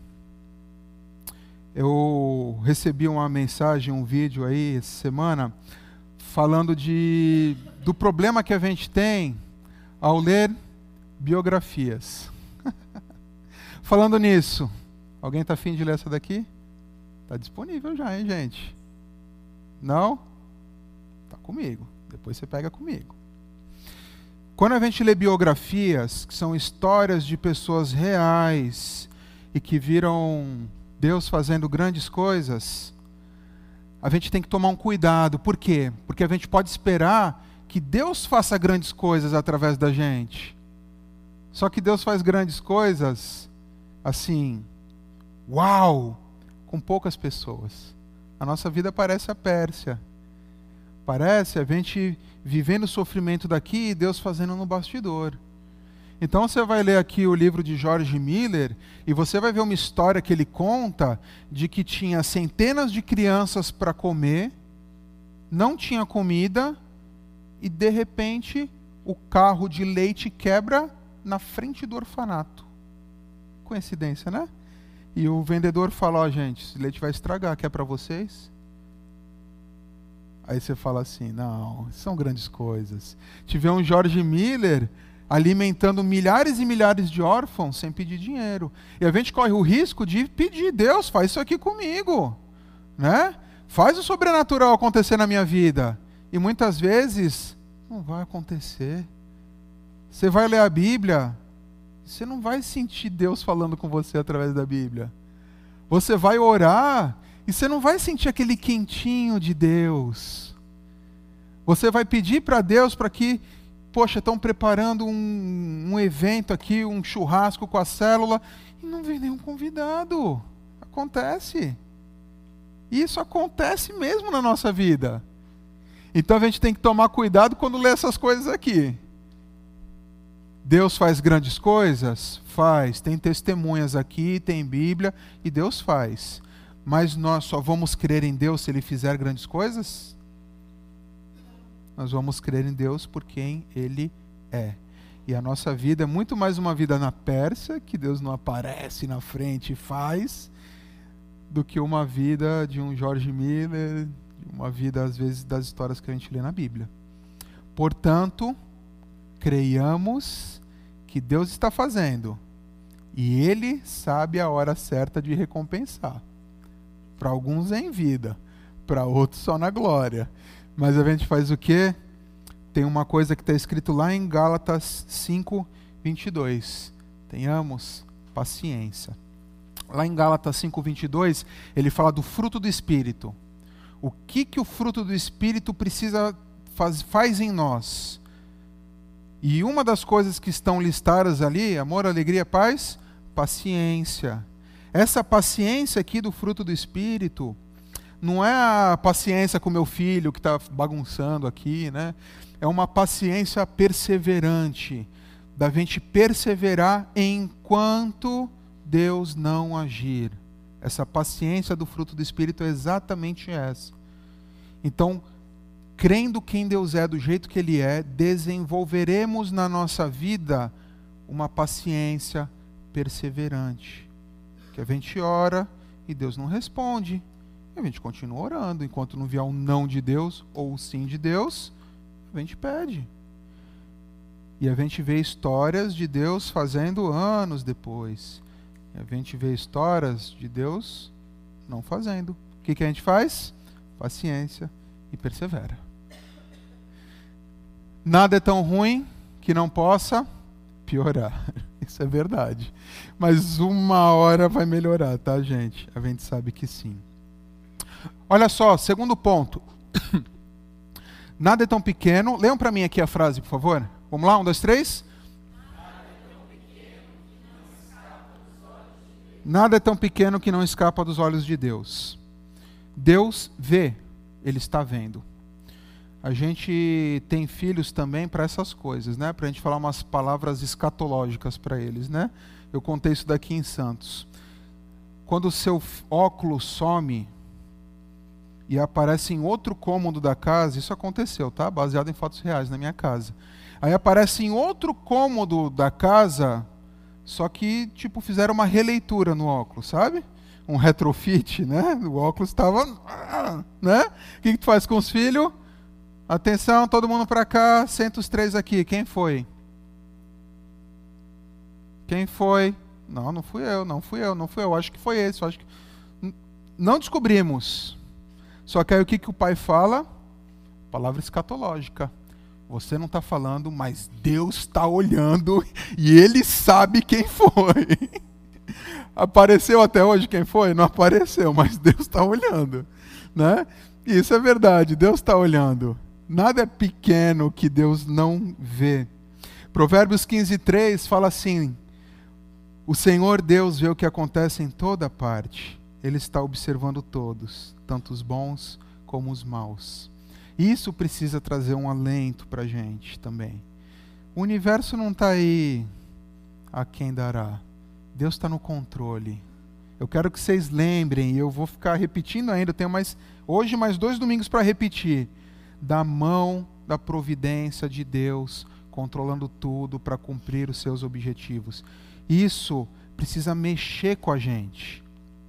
eu recebi uma mensagem, um vídeo aí essa semana, falando de, do problema que a gente tem ao ler biografias. Falando nisso, alguém está afim de ler essa daqui? Está disponível já, hein, gente? Não? Está comigo. Depois você pega comigo. Quando a gente lê biografias, que são histórias de pessoas reais e que viram Deus fazendo grandes coisas, a gente tem que tomar um cuidado. Por quê? Porque a gente pode esperar que Deus faça grandes coisas através da gente. Só que Deus faz grandes coisas assim, uau, com poucas pessoas. A nossa vida parece a Pérsia. Parece a gente vivendo o sofrimento daqui e Deus fazendo no bastidor. Então você vai ler aqui o livro de George Miller e você vai ver uma história que ele conta de que tinha centenas de crianças para comer, não tinha comida e de repente o carro de leite quebra na frente do orfanato. Coincidência, né? E o vendedor fala: ó, oh, gente, esse leite vai estragar, quer para vocês? Aí você fala assim: não, são grandes coisas. Tive um George Miller alimentando milhares e milhares de órfãos sem pedir dinheiro. E a gente corre o risco de pedir: Deus, faz isso aqui comigo, né? Faz o sobrenatural acontecer na minha vida. E muitas vezes não vai acontecer. Você vai ler a Bíblia, você não vai sentir Deus falando com você através da Bíblia. Você vai orar e você não vai sentir aquele quentinho de Deus. Você vai pedir para Deus para que, poxa, estão preparando um, um evento aqui, um churrasco com a célula, e não vem nenhum convidado. Acontece. Isso acontece mesmo na nossa vida. Então a gente tem que tomar cuidado quando lê essas coisas aqui. Deus faz grandes coisas? Faz. Tem testemunhas aqui, tem Bíblia, e Deus faz. Mas nós só vamos crer em Deus se Ele fizer grandes coisas? Nós vamos crer em Deus por quem Ele é. E a nossa vida é muito mais uma vida na Pérsia, que Deus não aparece na frente e faz, do que uma vida de um George Miller, uma vida, às vezes, das histórias que a gente lê na Bíblia. Portanto, creiamos que Deus está fazendo, e Ele sabe a hora certa de recompensar. Para alguns é em vida, para outros só na glória. Mas a gente faz o quê? Tem uma coisa que está escrito lá em Gálatas cinco, vinte e dois. Tenhamos paciência. Lá em Gálatas cinco, vinte e dois, ele fala do fruto do Espírito. O que, que o fruto do Espírito precisa faz, faz em nós? E uma das coisas que estão listadas ali: amor, alegria, paz, paciência. Essa paciência aqui do fruto do Espírito não é a paciência com meu filho que está bagunçando aqui, né? É uma paciência perseverante, da gente perseverar enquanto Deus não agir. Essa paciência do fruto do Espírito é exatamente essa. Então, crendo quem Deus é, do jeito que Ele é, desenvolveremos na nossa vida uma paciência perseverante. Que a gente ora e Deus não responde. E a gente continua orando. Enquanto não vier um não de Deus ou o sim de Deus, a gente pede. E a gente vê histórias de Deus fazendo anos depois. E a gente vê histórias de Deus não fazendo. O que, que a gente faz? Paciência e persevera. Nada é tão ruim que não possa piorar. Isso é verdade. Mas uma hora vai melhorar, tá, gente? A gente sabe que sim. Olha só, segundo ponto. Nada é tão pequeno. Leiam para mim aqui a frase, por favor. Vamos lá, um, dois, três. Nada é tão pequeno que não escapa dos olhos de Deus. Deus vê, Ele está vendo. A gente tem filhos também para essas coisas, né? Para a gente falar umas palavras escatológicas para eles, né? Eu contei isso daqui em Santos. Quando o seu óculos some e aparece em outro cômodo da casa, isso aconteceu, tá? Baseado em fatos reais na minha casa. Aí aparece em outro cômodo da casa, só que, tipo, fizeram uma releitura no óculos, sabe? Um retrofit, né? O óculos estava, né? O que, que tu faz com os filhos? Atenção, todo mundo para cá, senta os três aqui. Quem foi? Quem foi? Não, não fui eu, não fui eu, não fui eu. Acho que foi esse. Acho que... Não descobrimos. Só que aí o que, que o pai fala? Palavra escatológica. Você não está falando, mas Deus está olhando e Ele sabe quem foi. Apareceu até hoje quem foi? Não apareceu, mas Deus está olhando, né? Isso é verdade, Deus está olhando. Nada é pequeno que Deus não vê. Provérbios quinze, três fala assim: o Senhor Deus vê o que acontece em toda parte. Ele está observando todos, tanto os bons como os maus. Isso precisa trazer um alento para a gente também. O universo não está aí a quem dará. Deus está no controle. Eu quero que vocês lembrem, e eu vou ficar repetindo ainda, eu tenho mais, hoje mais dois domingos para repetir, da mão da providência de Deus, controlando tudo para cumprir os seus objetivos. Isso precisa mexer com a gente.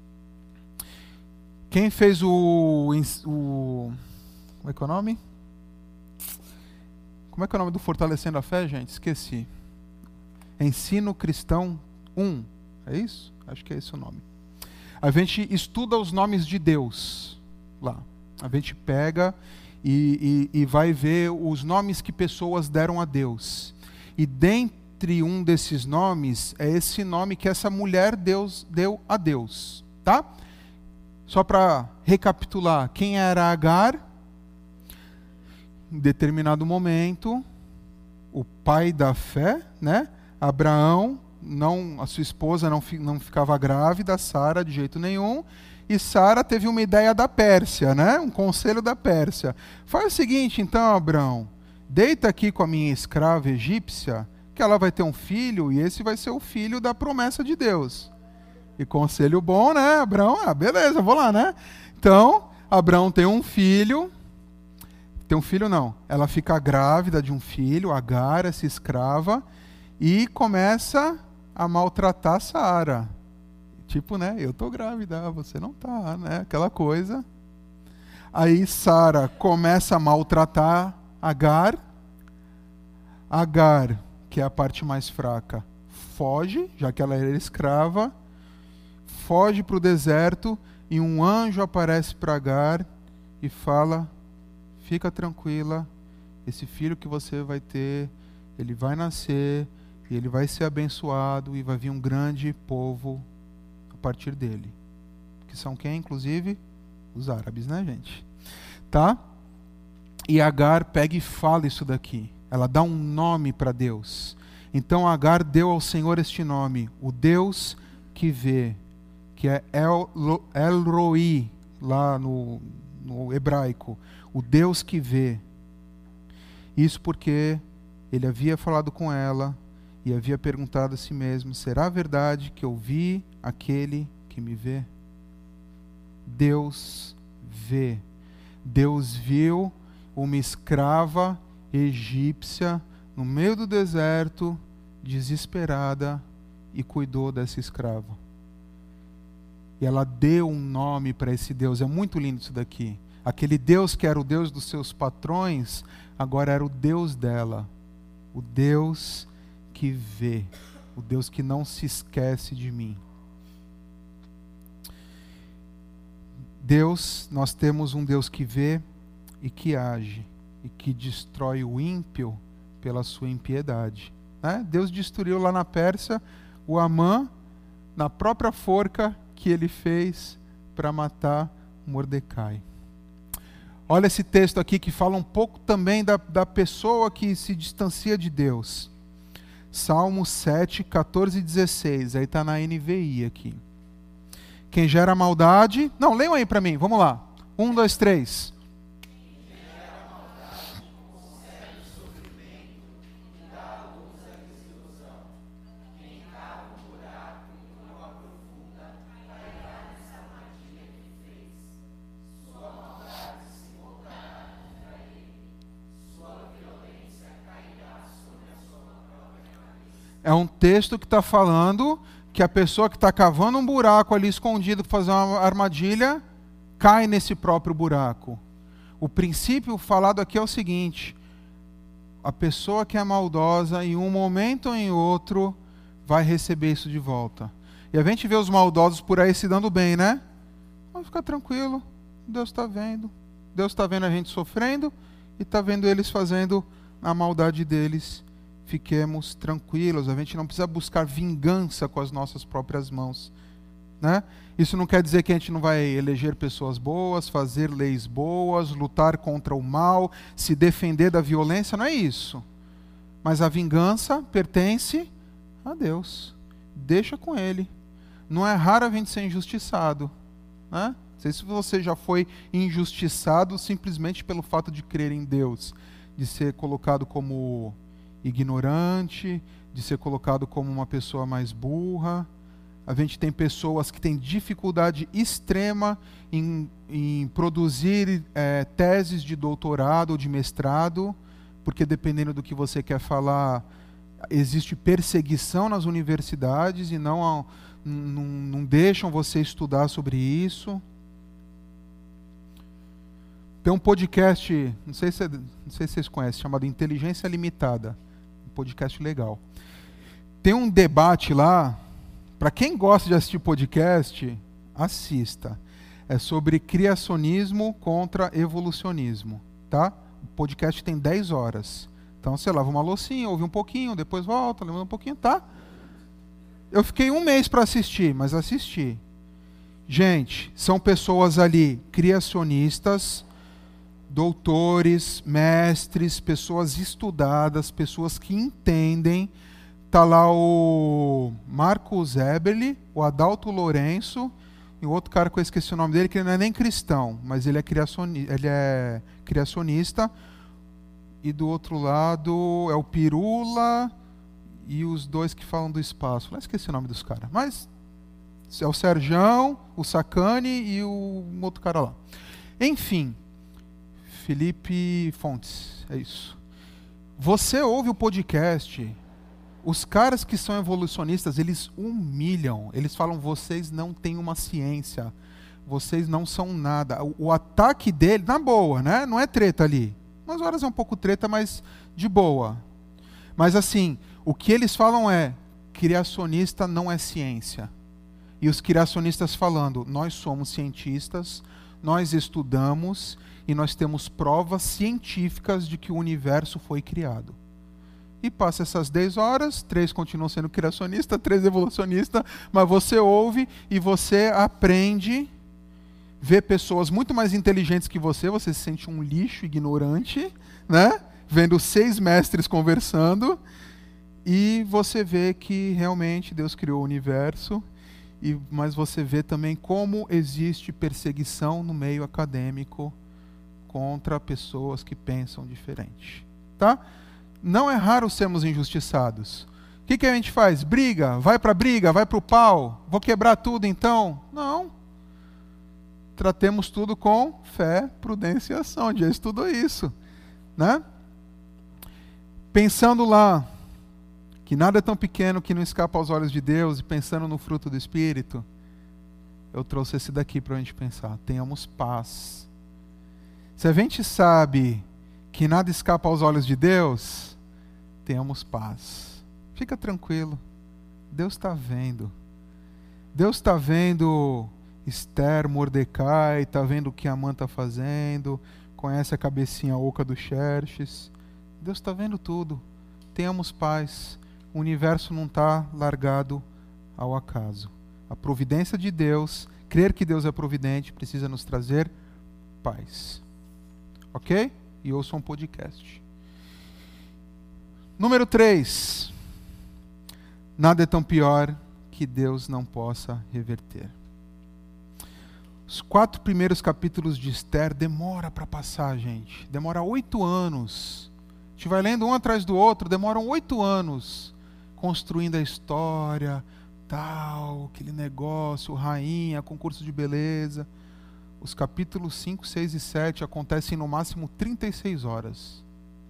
Quem fez o... o como é que é o nome? Como é que é o nome do Fortalecendo a Fé, gente? Esqueci. Ensino Cristão um. É isso? Acho que é esse o nome. A gente estuda os nomes de Deus lá. A gente pega e, e, e vai ver os nomes que pessoas deram a Deus. E dentre um desses nomes é esse nome que essa mulher Deus deu a Deus. Tá? Só para recapitular, quem era Agar? Em determinado momento, o pai da fé, né? Abraão, não, a sua esposa não, não ficava grávida, Sara de jeito nenhum, e Sara teve uma ideia da Pérsia, né? Um conselho da Pérsia. Faz o seguinte, então, Abraão, deita aqui com a minha escrava egípcia, que ela vai ter um filho, e esse vai ser o filho da promessa de Deus. E conselho bom, né, Abraão? Ah, beleza, vou lá, né? Então, Abraão tem um filho... Tem um filho não, ela fica grávida de um filho, Agar, essa escrava, e começa a maltratar Sara. Tipo, né, eu tô grávida, você não tá, né, aquela coisa. Aí Sara começa a maltratar Agar. Agar, que é a parte mais fraca, foge, já que ela era escrava, foge para o deserto, e um anjo aparece para Agar e fala... Fica tranquila, esse filho que você vai ter, ele vai nascer, e ele vai ser abençoado, e vai vir um grande povo a partir dele. Que são quem, inclusive? Os árabes, né, gente? Tá? E Agar pega e fala isso daqui. Ela dá um nome para Deus. Então Agar deu ao Senhor este nome, o Deus que vê, que é El, El Roi, lá no, no hebraico, o Deus que vê. Isso porque ele havia falado com ela e havia perguntado a si mesmo: será verdade que eu vi aquele que me vê? Deus vê. Deus viu uma escrava egípcia no meio do deserto, desesperada, e cuidou dessa escrava. E ela deu um nome para esse Deus. É muito lindo isso daqui. Aquele Deus que era o Deus dos seus patrões, agora era o Deus dela. O Deus que vê. O Deus que não se esquece de mim. Deus, nós temos um Deus que vê e que age. E que destrói o ímpio pela sua impiedade. Né? Deus destruiu lá na Pérsia o Amã na própria forca que ele fez para matar Mordecai. Olha esse texto aqui que fala um pouco também da, da pessoa que se distancia de Deus. Salmo sete, catorze e dezesseis. Aí está na N V I aqui. Quem gera maldade... Não, leiam aí para mim, vamos lá. Um, dois, três. É um texto que está falando que a pessoa que está cavando um buraco ali escondido para fazer uma armadilha, cai nesse próprio buraco. O princípio falado aqui é o seguinte: a pessoa que é maldosa, em um momento ou em outro, vai receber isso de volta. E a gente vê os maldosos por aí se dando bem, né? Vamos ficar tranquilo, Deus está vendo. Deus está vendo a gente sofrendo e está vendo eles fazendo a maldade deles. Fiquemos tranquilos, a gente não precisa buscar vingança com as nossas próprias mãos. Né? Isso não quer dizer que a gente não vai eleger pessoas boas, fazer leis boas, lutar contra o mal, se defender da violência, não é isso. Mas a vingança pertence a Deus. Deixa com Ele. Não é raro a gente ser injustiçado. Né? Não sei se você já foi injustiçado simplesmente pelo fato de crer em Deus, de ser colocado como ignorante, de ser colocado como uma pessoa mais burra. A gente tem pessoas que têm dificuldade extrema em, em produzir é, teses de doutorado ou de mestrado, porque dependendo do que você quer falar, existe perseguição nas universidades e não, não, não deixam você estudar sobre isso. Tem um podcast, não sei se, não sei se vocês conhecem, chamado Inteligência Limitada. Um podcast legal. Tem um debate lá, para quem gosta de assistir podcast, assista. É sobre criacionismo contra evolucionismo. Tá? O podcast tem dez horas. Então você lava uma loucinha, ouve um pouquinho, depois volta, leva um pouquinho, tá? Eu fiquei um mês para assistir, mas assisti. Gente, são pessoas ali criacionistas, doutores, mestres, pessoas estudadas, pessoas que entendem. Está lá o Marcos Eberle, o Adalto Lourenço, e o outro cara que eu esqueci o nome dele, que ele não é nem cristão, mas ele é, criacioni- ele é criacionista. E do outro lado é o Pirula e os dois que falam do espaço. Não esqueci o nome dos caras, mas é o Serjão, o Sacani e o outro cara lá. Enfim, Felipe Fontes, é isso. Você ouve o podcast, os caras que são evolucionistas, eles humilham, eles falam: vocês não têm uma ciência, vocês não são nada. O, o ataque dele, na boa, né? Não é treta ali. Umas horas é um pouco treta, mas de boa. Mas assim, o que eles falam é: criacionista não é ciência. E os criacionistas falando: nós somos cientistas, nós estudamos e nós temos provas científicas de que o universo foi criado. E passa essas dez horas, três continuam sendo criacionista, três evolucionista, mas você ouve e você aprende, vê pessoas muito mais inteligentes que você, você se sente um lixo ignorante, né? Vendo seis mestres conversando, e você vê que realmente Deus criou o universo e, mas você vê também como existe perseguição no meio acadêmico contra pessoas que pensam diferente. Tá? Não é raro sermos injustiçados. O que, que a gente faz? Briga, vai para briga, vai para o pau, vou quebrar tudo então? Não. Tratemos tudo com fé, prudência e ação. A gente já estudou isso. Né? Pensando lá, que nada é tão pequeno que não escapa aos olhos de Deus, e pensando no fruto do Espírito, eu trouxe esse daqui para a gente pensar. Tenhamos paz. Se a gente sabe que nada escapa aos olhos de Deus, tenhamos paz. Fica tranquilo. Deus está vendo. Deus está vendo Esther, Mordecai, está vendo o que Amã está fazendo, conhece a cabecinha oca do Xerxes. Deus está vendo tudo. Tenhamos paz. O universo não está largado ao acaso. A providência de Deus, crer que Deus é providente, precisa nos trazer paz. Ok? E ouça um podcast. Número três. Nada é tão pior que Deus não possa reverter. Os quatro primeiros capítulos de Esther demora para passar, gente. Demora oito anos. A gente vai lendo um atrás do outro, demoram oito anos construindo a história, tal, aquele negócio, rainha, concurso de beleza. Os capítulos cinco, seis e sete acontecem no máximo trinta e seis horas.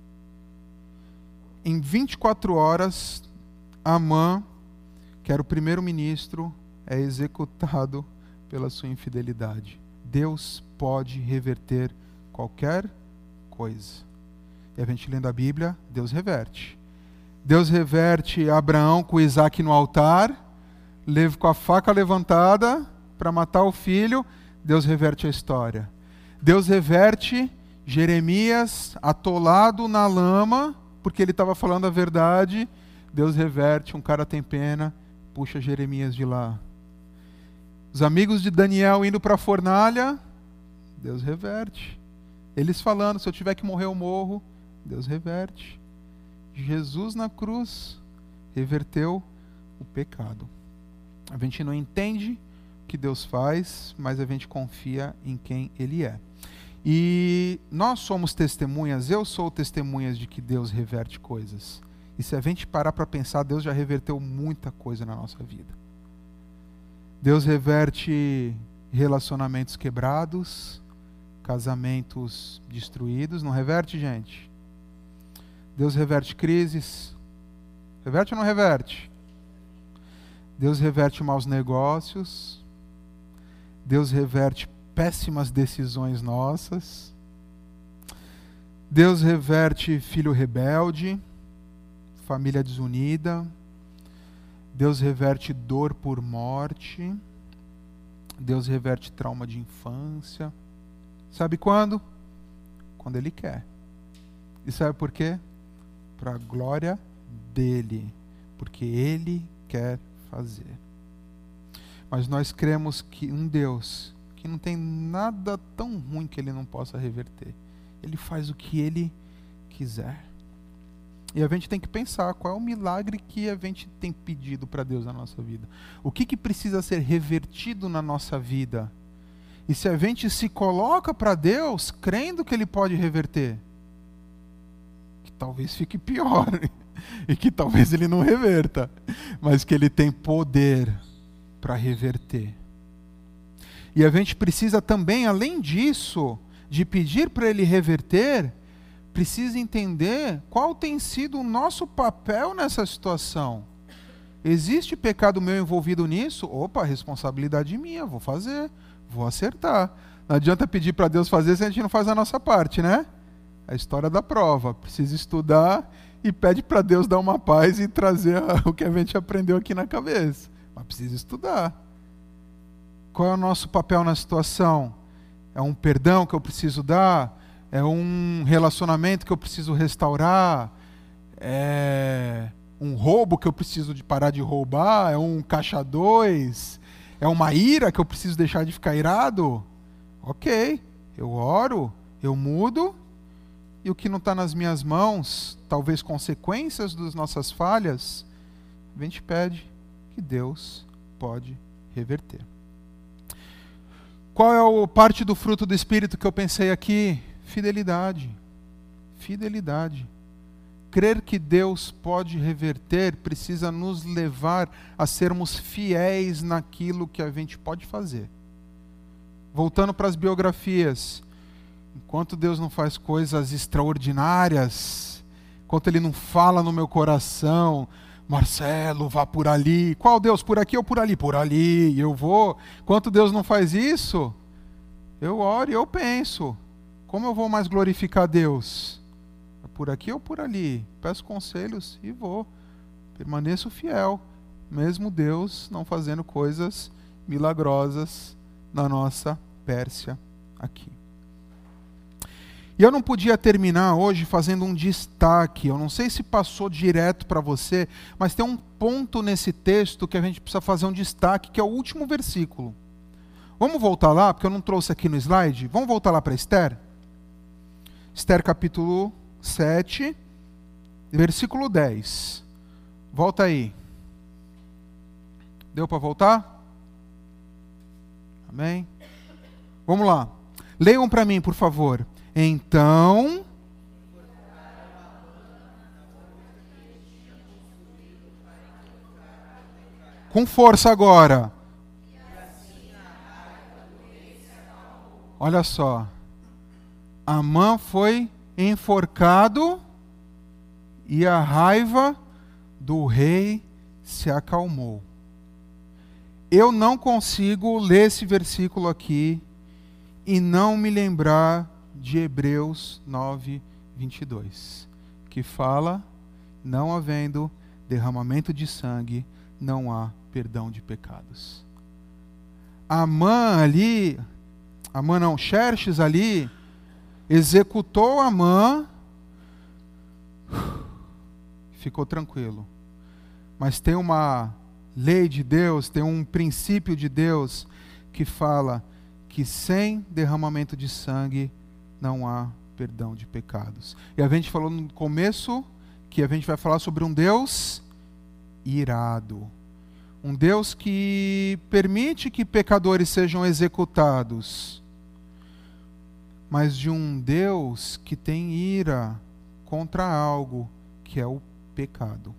Em vinte e quatro horas, Amã, que era o primeiro-ministro, é executado pela sua infidelidade. Deus pode reverter qualquer coisa. E a gente lendo a Bíblia, Deus reverte. Deus reverte Abraão com Isaac no altar, com a faca levantada para matar o filho. Deus reverte a história. Deus reverte Jeremias atolado na lama, porque ele estava falando a verdade. Deus reverte, um cara tem pena, puxa Jeremias de lá. Os amigos de Daniel indo para a fornalha, Deus reverte. Eles falando, se eu tiver que morrer eu morro, Deus reverte. Jesus na cruz reverteu o pecado. A gente não entende o que Deus faz, mas a gente confia em quem Ele é. E nós somos testemunhas, eu sou testemunhas de que Deus reverte coisas. E se a gente parar para pensar, Deus já reverteu muita coisa na nossa vida. Deus reverte relacionamentos quebrados, casamentos destruídos. Não reverte, gente? Deus reverte crises. Reverte ou não reverte? Deus reverte maus negócios. Deus reverte péssimas decisões nossas. Deus reverte filho rebelde, família desunida. Deus reverte dor por morte. Deus reverte trauma de infância. Sabe quando? Quando Ele quer. E sabe por quê? Para a glória dEle. Porque Ele quer fazer. Mas nós cremos que um Deus que não tem nada tão ruim que Ele não possa reverter. Ele faz o que Ele quiser. E a gente tem que pensar qual é o milagre que a gente tem pedido para Deus na nossa vida. O que, que precisa ser revertido na nossa vida? E se a gente se coloca para Deus crendo que Ele pode reverter, que talvez fique pior, e que talvez Ele não reverta, mas que Ele tem poder para reverter. E a gente precisa também, além disso, de pedir para Ele reverter, precisa entender qual tem sido o nosso papel nessa situação. Existe pecado meu envolvido nisso? Opa, responsabilidade minha, vou fazer, vou acertar. Não adianta pedir para Deus fazer se a gente não faz a nossa parte, né? A história da prova. Precisa estudar e pede para Deus dar uma paz e trazer o que a gente aprendeu aqui na cabeça. Mas precisa estudar. Qual é o nosso papel na situação? É um perdão que eu preciso dar? É um relacionamento que eu preciso restaurar? É um roubo que eu preciso de parar de roubar? É um caixa dois? É uma ira que eu preciso deixar de ficar irado? Ok, eu oro, eu mudo, e o que não está nas minhas mãos, talvez consequências das nossas falhas, a gente pede que Deus pode reverter. Qual é a parte do fruto do Espírito que eu pensei aqui? Fidelidade. Fidelidade. Crer que Deus pode reverter precisa nos levar a sermos fiéis naquilo que a gente pode fazer. Voltando para as biografias, enquanto Deus não faz coisas extraordinárias, enquanto Ele não fala no meu coração, Marcelo, vá por ali. Qual Deus? Por aqui ou por ali? Por ali, eu vou. Enquanto Deus não faz isso, eu oro e eu penso, como eu vou mais glorificar Deus? Por aqui ou por ali? Peço conselhos e vou. Permaneço fiel, mesmo Deus não fazendo coisas milagrosas na nossa Pérsia aqui. E eu não podia terminar hoje fazendo um destaque. Eu não sei se passou direto para você, mas tem um ponto nesse texto que a gente precisa fazer um destaque, que é o último versículo. Vamos voltar lá, porque eu não trouxe aqui no slide. Vamos voltar lá para Esther? Esther capítulo sete, versículo dez. Volta aí. Deu para voltar? Amém? Vamos lá. Leiam para mim, por favor. Então... Com força agora. Olha só. Amã foi enforcado e a raiva do rei se acalmou. Eu não consigo ler esse versículo aqui e não me lembrar de Hebreus nove, vinte e dois, que fala, não havendo derramamento de sangue, não há perdão de pecados. Amã ali, Amã não, Xerxes ali, executou Amã, ficou tranquilo. Mas tem uma lei de Deus, tem um princípio de Deus que fala que sem derramamento de sangue não há perdão de pecados. E a gente falou no começo que a gente vai falar sobre um Deus irado. Um Deus que permite que pecadores sejam executados, mas de um Deus que tem ira contra algo que é o pecado.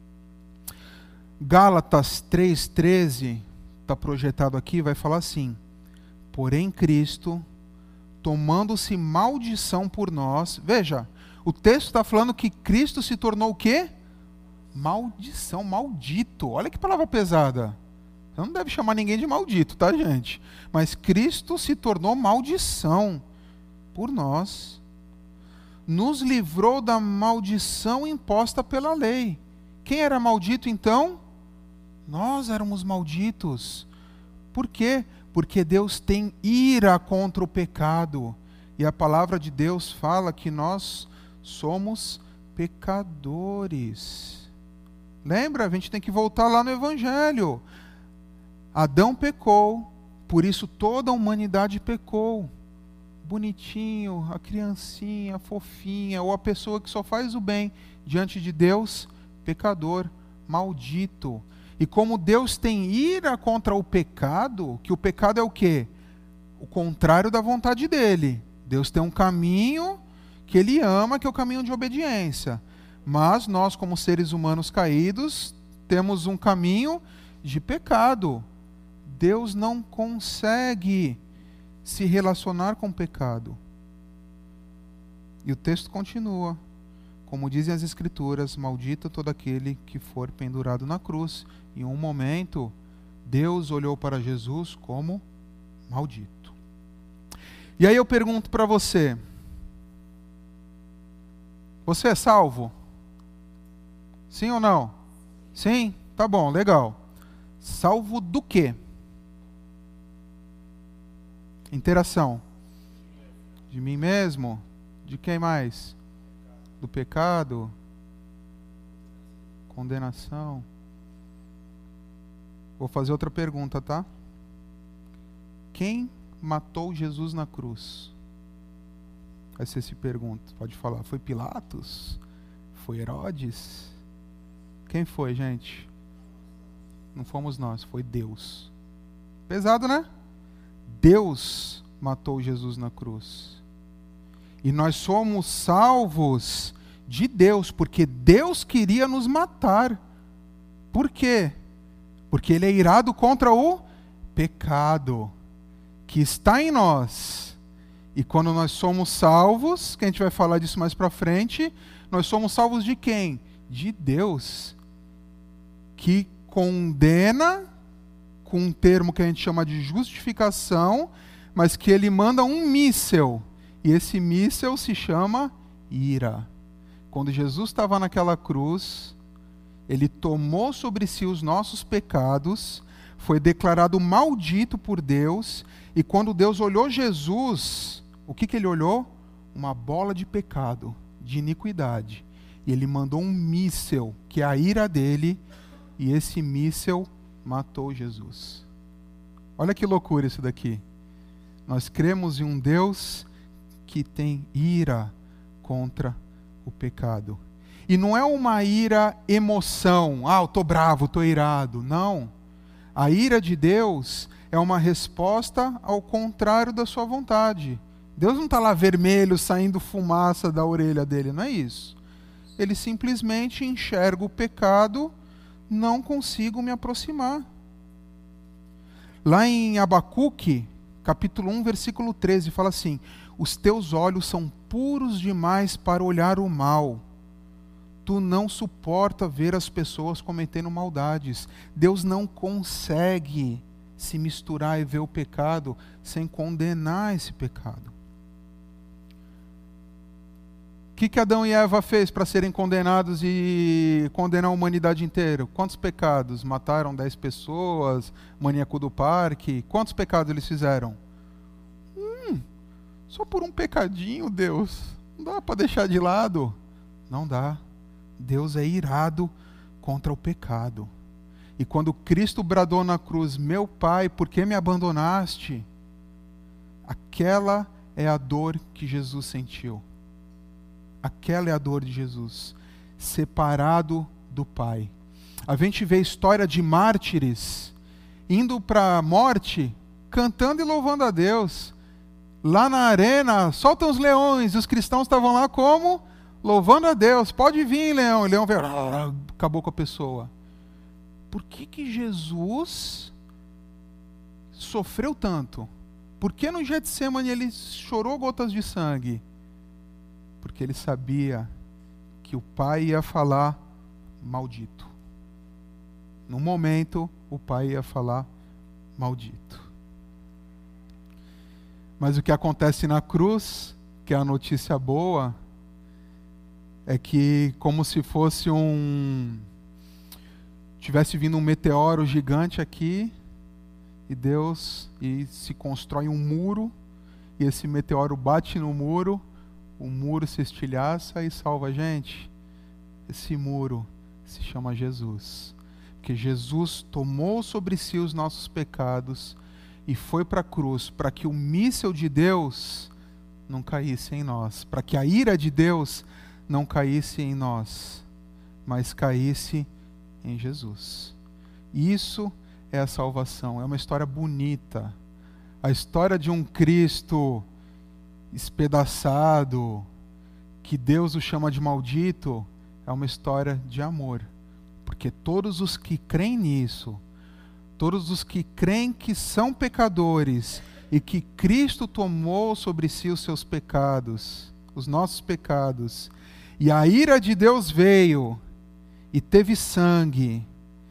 Gálatas três, treze, está projetado aqui, vai falar assim: porém Cristo, tomando-se maldição por nós. Veja, o texto está falando que Cristo se tornou o quê? Maldição, maldito. Olha que palavra pesada. Você não deve chamar ninguém de maldito, tá, gente? Mas Cristo se tornou maldição por nós. Nos livrou da maldição imposta pela lei. Quem era maldito então? Nós éramos malditos. Por quê? Porque Deus tem ira contra o pecado. E a palavra de Deus fala que nós somos pecadores. Lembra? A gente tem que voltar lá no Evangelho. Adão pecou, por isso toda a humanidade pecou. Bonitinho, a criancinha, a fofinha, ou a pessoa que só faz o bem diante de Deus, pecador, maldito. E como Deus tem ira contra o pecado, que o pecado é o quê? O contrário da vontade dele. Deus tem um caminho que ele ama, que é o caminho de obediência. Mas nós, como seres humanos caídos, temos um caminho de pecado. Deus não consegue se relacionar com o pecado. E o texto continua. Como dizem as Escrituras, maldito todo aquele que for pendurado na cruz. Em um momento, Deus olhou para Jesus como maldito. E aí eu pergunto para você, você é salvo? Sim ou não? Sim? Tá bom, legal. Salvo do quê? Interação. De mim mesmo? De quem mais? Do pecado? Condenação? Vou fazer outra pergunta, tá? Quem matou Jesus na cruz? Aí você se pergunta, pode falar, foi Pilatos? Foi Herodes? Quem foi, gente? Não fomos nós, foi Deus. Pesado, né? Deus matou Jesus na cruz. E nós somos salvos de Deus, porque Deus queria nos matar. Por quê? Porque Ele é irado contra o pecado que está em nós. E quando nós somos salvos, que a gente vai falar disso mais para frente, nós somos salvos de quem? De Deus, que condena com um termo que a gente chama de justificação, mas que Ele manda um míssel, e esse míssel se chama ira. Quando Jesus estava naquela cruz, Ele tomou sobre si os nossos pecados, foi declarado maldito por Deus, e quando Deus olhou Jesus, o que, que Ele olhou? Uma bola de pecado, de iniquidade. E Ele mandou um míssel, que é a ira dele, e esse míssel matou Jesus. Olha que loucura isso daqui. Nós cremos em um Deus que tem ira contra o pecado. E não é uma ira emoção, ah, eu estou bravo, estou irado. Não. A ira de Deus é uma resposta ao contrário da sua vontade. Deus não está lá vermelho, saindo fumaça da orelha dele, não é isso. Ele simplesmente enxerga o pecado, não consigo me aproximar. Lá em Abacuque, capítulo um, versículo treze, fala assim: os teus olhos são puros demais para olhar o mal. Tu não suporta ver as pessoas cometendo maldades. Deus não consegue se misturar e ver o pecado sem condenar esse pecado. O que, que Adão e Eva fez para serem condenados e condenar a humanidade inteira? Quantos pecados? Mataram dez pessoas, maníaco do parque. Quantos pecados eles fizeram? Hum, só por um pecadinho, Deus. Não dá para deixar de lado. Não dá. Deus é irado contra o pecado. E quando Cristo bradou na cruz: meu Pai, por que me abandonaste? Aquela é a dor que Jesus sentiu. Aquela é a dor de Jesus, separado do Pai. A gente vê a história de mártires indo para a morte, cantando e louvando a Deus. Lá na arena, soltam os leões, e os cristãos estavam lá como? Louvando a Deus. Pode vir, leão. E leão veio, acabou com a pessoa. Por que que Jesus sofreu tanto? Por que no Getsemane ele chorou gotas de sangue? Porque ele sabia que o Pai ia falar maldito. No momento, o Pai ia falar maldito. Mas o que acontece na cruz, que é a notícia boa, é que como se fosse um... tivesse vindo um meteoro gigante aqui, e Deus, e se constrói um muro, e esse meteoro bate no muro, o muro se estilhaça e salva a gente. Esse muro se chama Jesus. Porque Jesus tomou sobre si os nossos pecados e foi para a cruz para que o míssel de Deus não caísse em nós. Para que a ira de Deus não caísse em nós, mas caísse em Jesus. Isso é a salvação. É uma história bonita. A história de um Cristo espedaçado, que Deus o chama de maldito, é uma história de amor. Porque todos os que creem nisso, todos os que creem que são pecadores e que Cristo tomou sobre si os seus pecados, os nossos pecados, e a ira de Deus veio e teve sangue,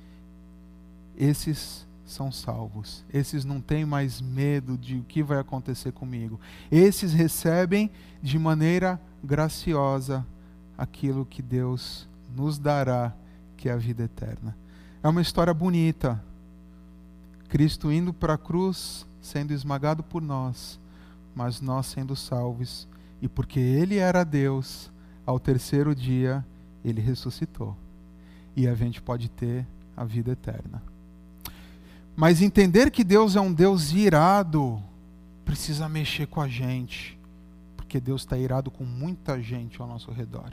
esses são salvos. Esses não têm mais medo de o que vai acontecer comigo. Esses recebem de maneira graciosa aquilo que Deus nos dará, que é a vida eterna. É uma história bonita. Cristo indo para a cruz, sendo esmagado por nós, mas nós sendo salvos. E porque Ele era Deus, ao terceiro dia Ele ressuscitou. E a gente pode ter a vida eterna. Mas entender que Deus é um Deus irado precisa mexer com a gente, porque Deus está irado com muita gente ao nosso redor.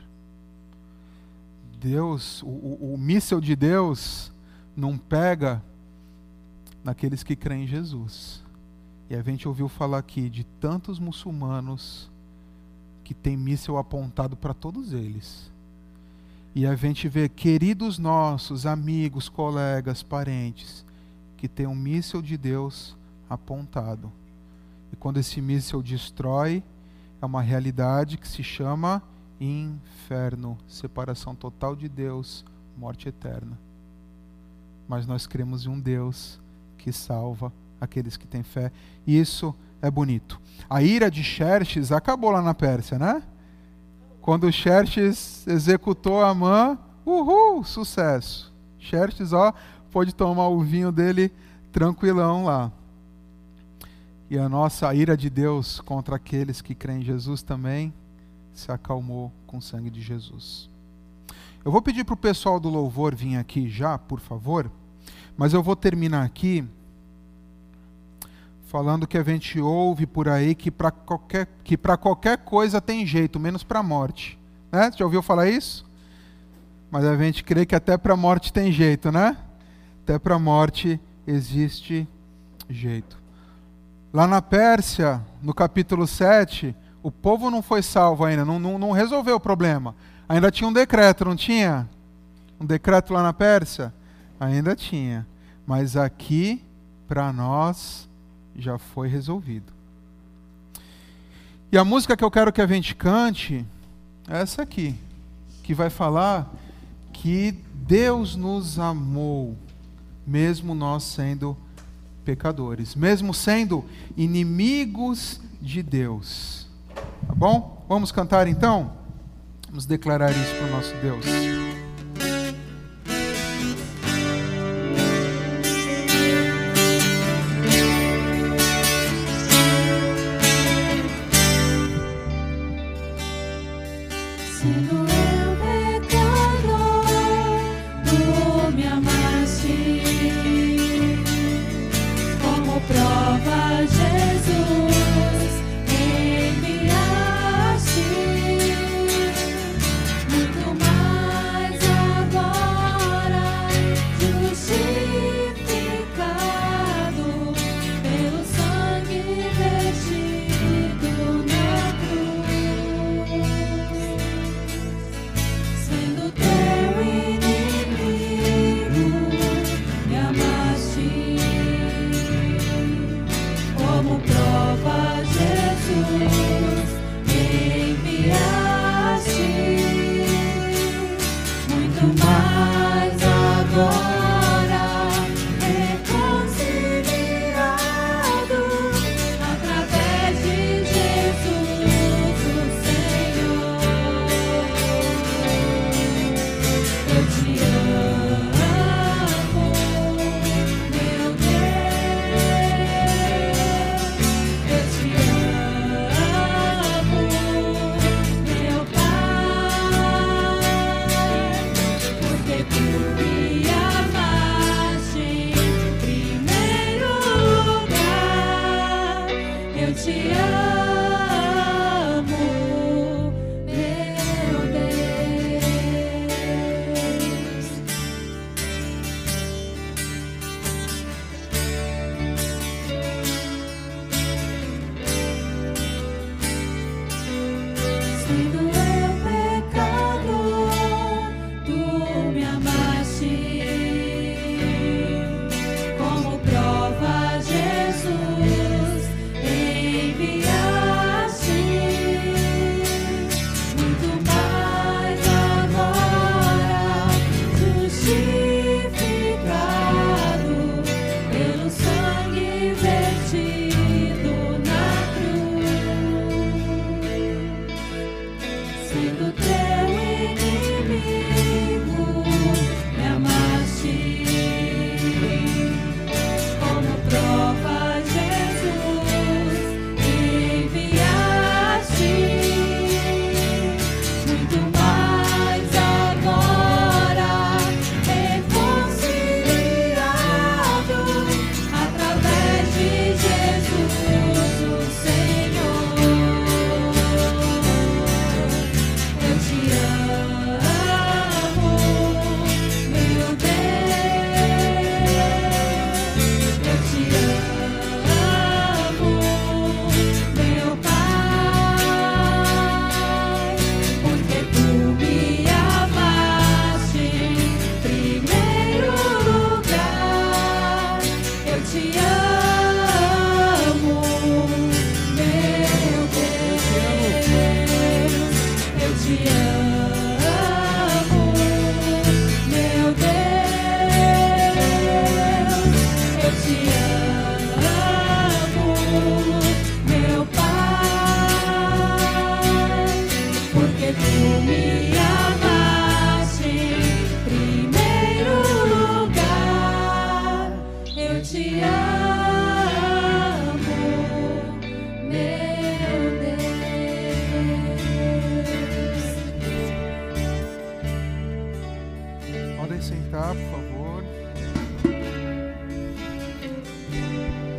Deus, o, o, o míssel de Deus não pega, naqueles que creem em Jesus. E a gente ouviu falar aqui de tantos muçulmanos que tem míssil apontado para todos eles. E a gente vê queridos nossos, amigos, colegas, parentes, que tem um míssil de Deus apontado. E quando esse míssil destrói, é uma realidade que se chama inferno, separação total de Deus, morte eterna. Mas nós cremos em um Deus que salva aqueles que têm fé. E isso é bonito. A ira de Xerxes acabou lá na Pérsia, né? Quando Xerxes executou Amã, uhul, sucesso. Xerxes, ó, pôde tomar o vinho dele tranquilão lá. E a nossa ira de Deus contra aqueles que creem em Jesus também se acalmou com o sangue de Jesus. Eu vou pedir para o pessoal do louvor vir aqui já, por favor, mas eu vou terminar aqui falando que a gente ouve por aí que para qualquer, que para qualquer coisa tem jeito, menos para a morte. Né? Já ouviu falar isso? Mas a gente crê que até para a morte tem jeito, né? Até para a morte existe jeito. Lá na Pérsia, no capítulo sete, o povo não foi salvo ainda, não, não, não resolveu o problema. Ainda tinha um decreto, não tinha? Um decreto lá na Pérsia? Ainda tinha. Mas aqui, para nós, já foi resolvido. E a música que eu quero que a gente cante é essa aqui, que vai falar que Deus nos amou, mesmo nós sendo pecadores, mesmo sendo inimigos de Deus. Tá bom? Vamos cantar então? Vamos declarar isso para o nosso Deus. Como prova, Jesus enviou.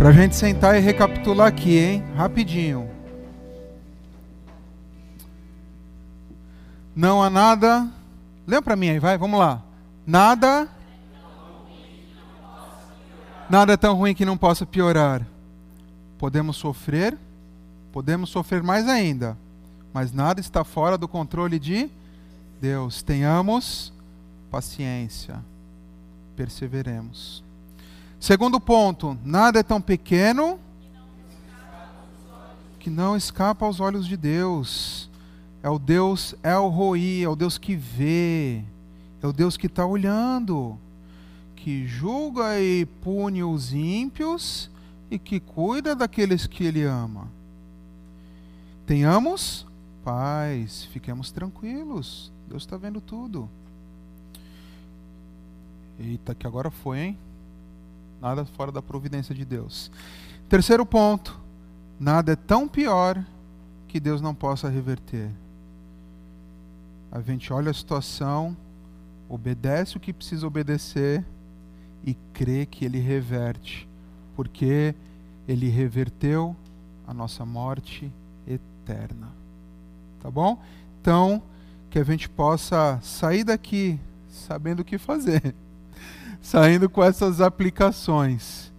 Para a gente sentar e recapitular aqui, hein? Rapidinho. Não há nada... Lembra para mim aí, vai, vamos lá. Nada... Nada é tão ruim que não possa piorar. Podemos sofrer, podemos sofrer mais ainda, mas nada está fora do controle de Deus. Tenhamos paciência, perseveremos. Segundo ponto, nada é tão pequeno que não escapa aos olhos de Deus. É o Deus El Roi, é o Deus que vê, é o Deus que está olhando, que julga e pune os ímpios e que cuida daqueles que Ele ama. Tenhamos paz, fiquemos tranquilos, Deus está vendo tudo. Eita, que agora foi, hein? Nada fora da providência de Deus. Terceiro ponto, nada é tão pior que Deus não possa reverter. A gente olha a situação, obedece o que precisa obedecer e crê que Ele reverte, porque Ele reverteu a nossa morte eterna. Tá bom? Então, que a gente possa sair daqui sabendo o que fazer, saindo com essas aplicações.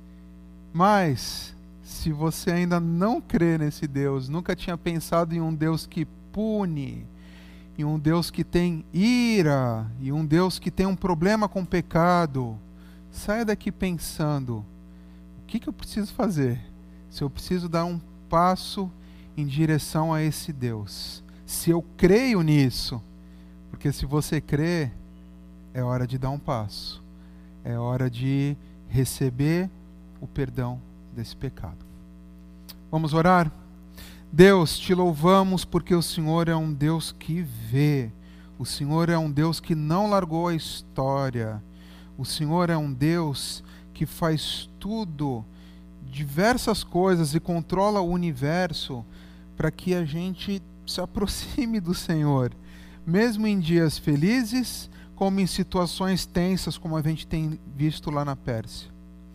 Mas, se você ainda não crê nesse Deus, nunca tinha pensado em um Deus que pune, em um Deus que tem ira, e um Deus que tem um problema com o pecado, saia daqui pensando, o que, que eu preciso fazer? Se eu preciso dar um passo em direção a esse Deus. Se eu creio nisso, porque se você crê, é hora de dar um passo. É hora de receber o perdão desse pecado. Vamos orar? Deus, te louvamos porque o Senhor é um Deus que vê. O Senhor é um Deus que não largou a história. O Senhor é um Deus que faz tudo, diversas coisas e controla o universo para que a gente se aproxime do Senhor. Mesmo em dias felizes, como em situações tensas, como a gente tem visto lá na Pérsia.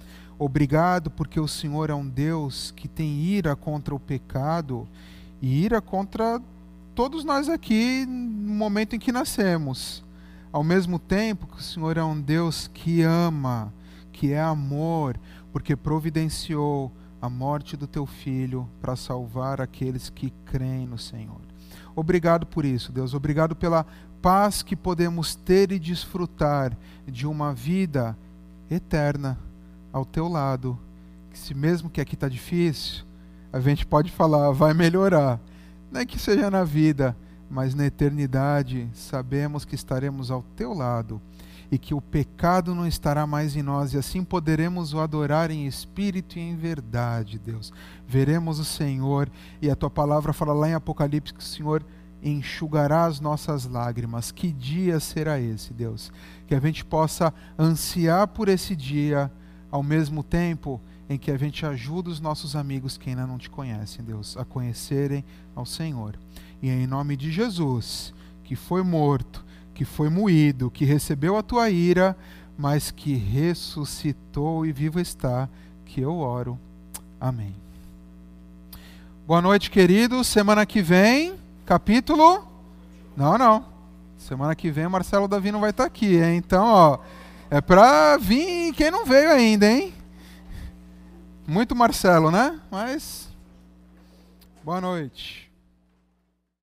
Obrigado porque o Senhor é um Deus que tem ira contra o pecado e ira contra todos nós aqui no momento em que nascemos. Ao mesmo tempo que o Senhor é um Deus que ama, que é amor, porque providenciou a morte do teu Filho para salvar aqueles que creem no Senhor. Obrigado por isso, Deus. Obrigado pela paz que podemos ter e desfrutar de uma vida eterna ao teu lado. Que se mesmo que aqui está difícil, a gente pode falar, vai melhorar. Não é que seja na vida, mas na eternidade sabemos que estaremos ao teu lado e que o pecado não estará mais em nós e assim poderemos o adorar em espírito e em verdade, Deus. Veremos o Senhor e a tua palavra fala lá em Apocalipse que o Senhor enxugará as nossas lágrimas. Que dia será esse, Deus? Que a gente possa ansiar por esse dia ao mesmo tempo em que a gente ajuda os nossos amigos que ainda não te conhecem, Deus, a conhecerem ao Senhor. E em nome de Jesus, que foi morto, que foi moído, que recebeu a tua ira, mas que ressuscitou e vivo está, que eu oro. Amém. Boa noite, queridos. Semana que vem, capítulo... Não, não. Semana que vem o Marcelo Davi não vai estar aqui, hein? Então, ó, é pra vir quem não veio ainda, hein? Muito Marcelo, né? Mas, boa noite.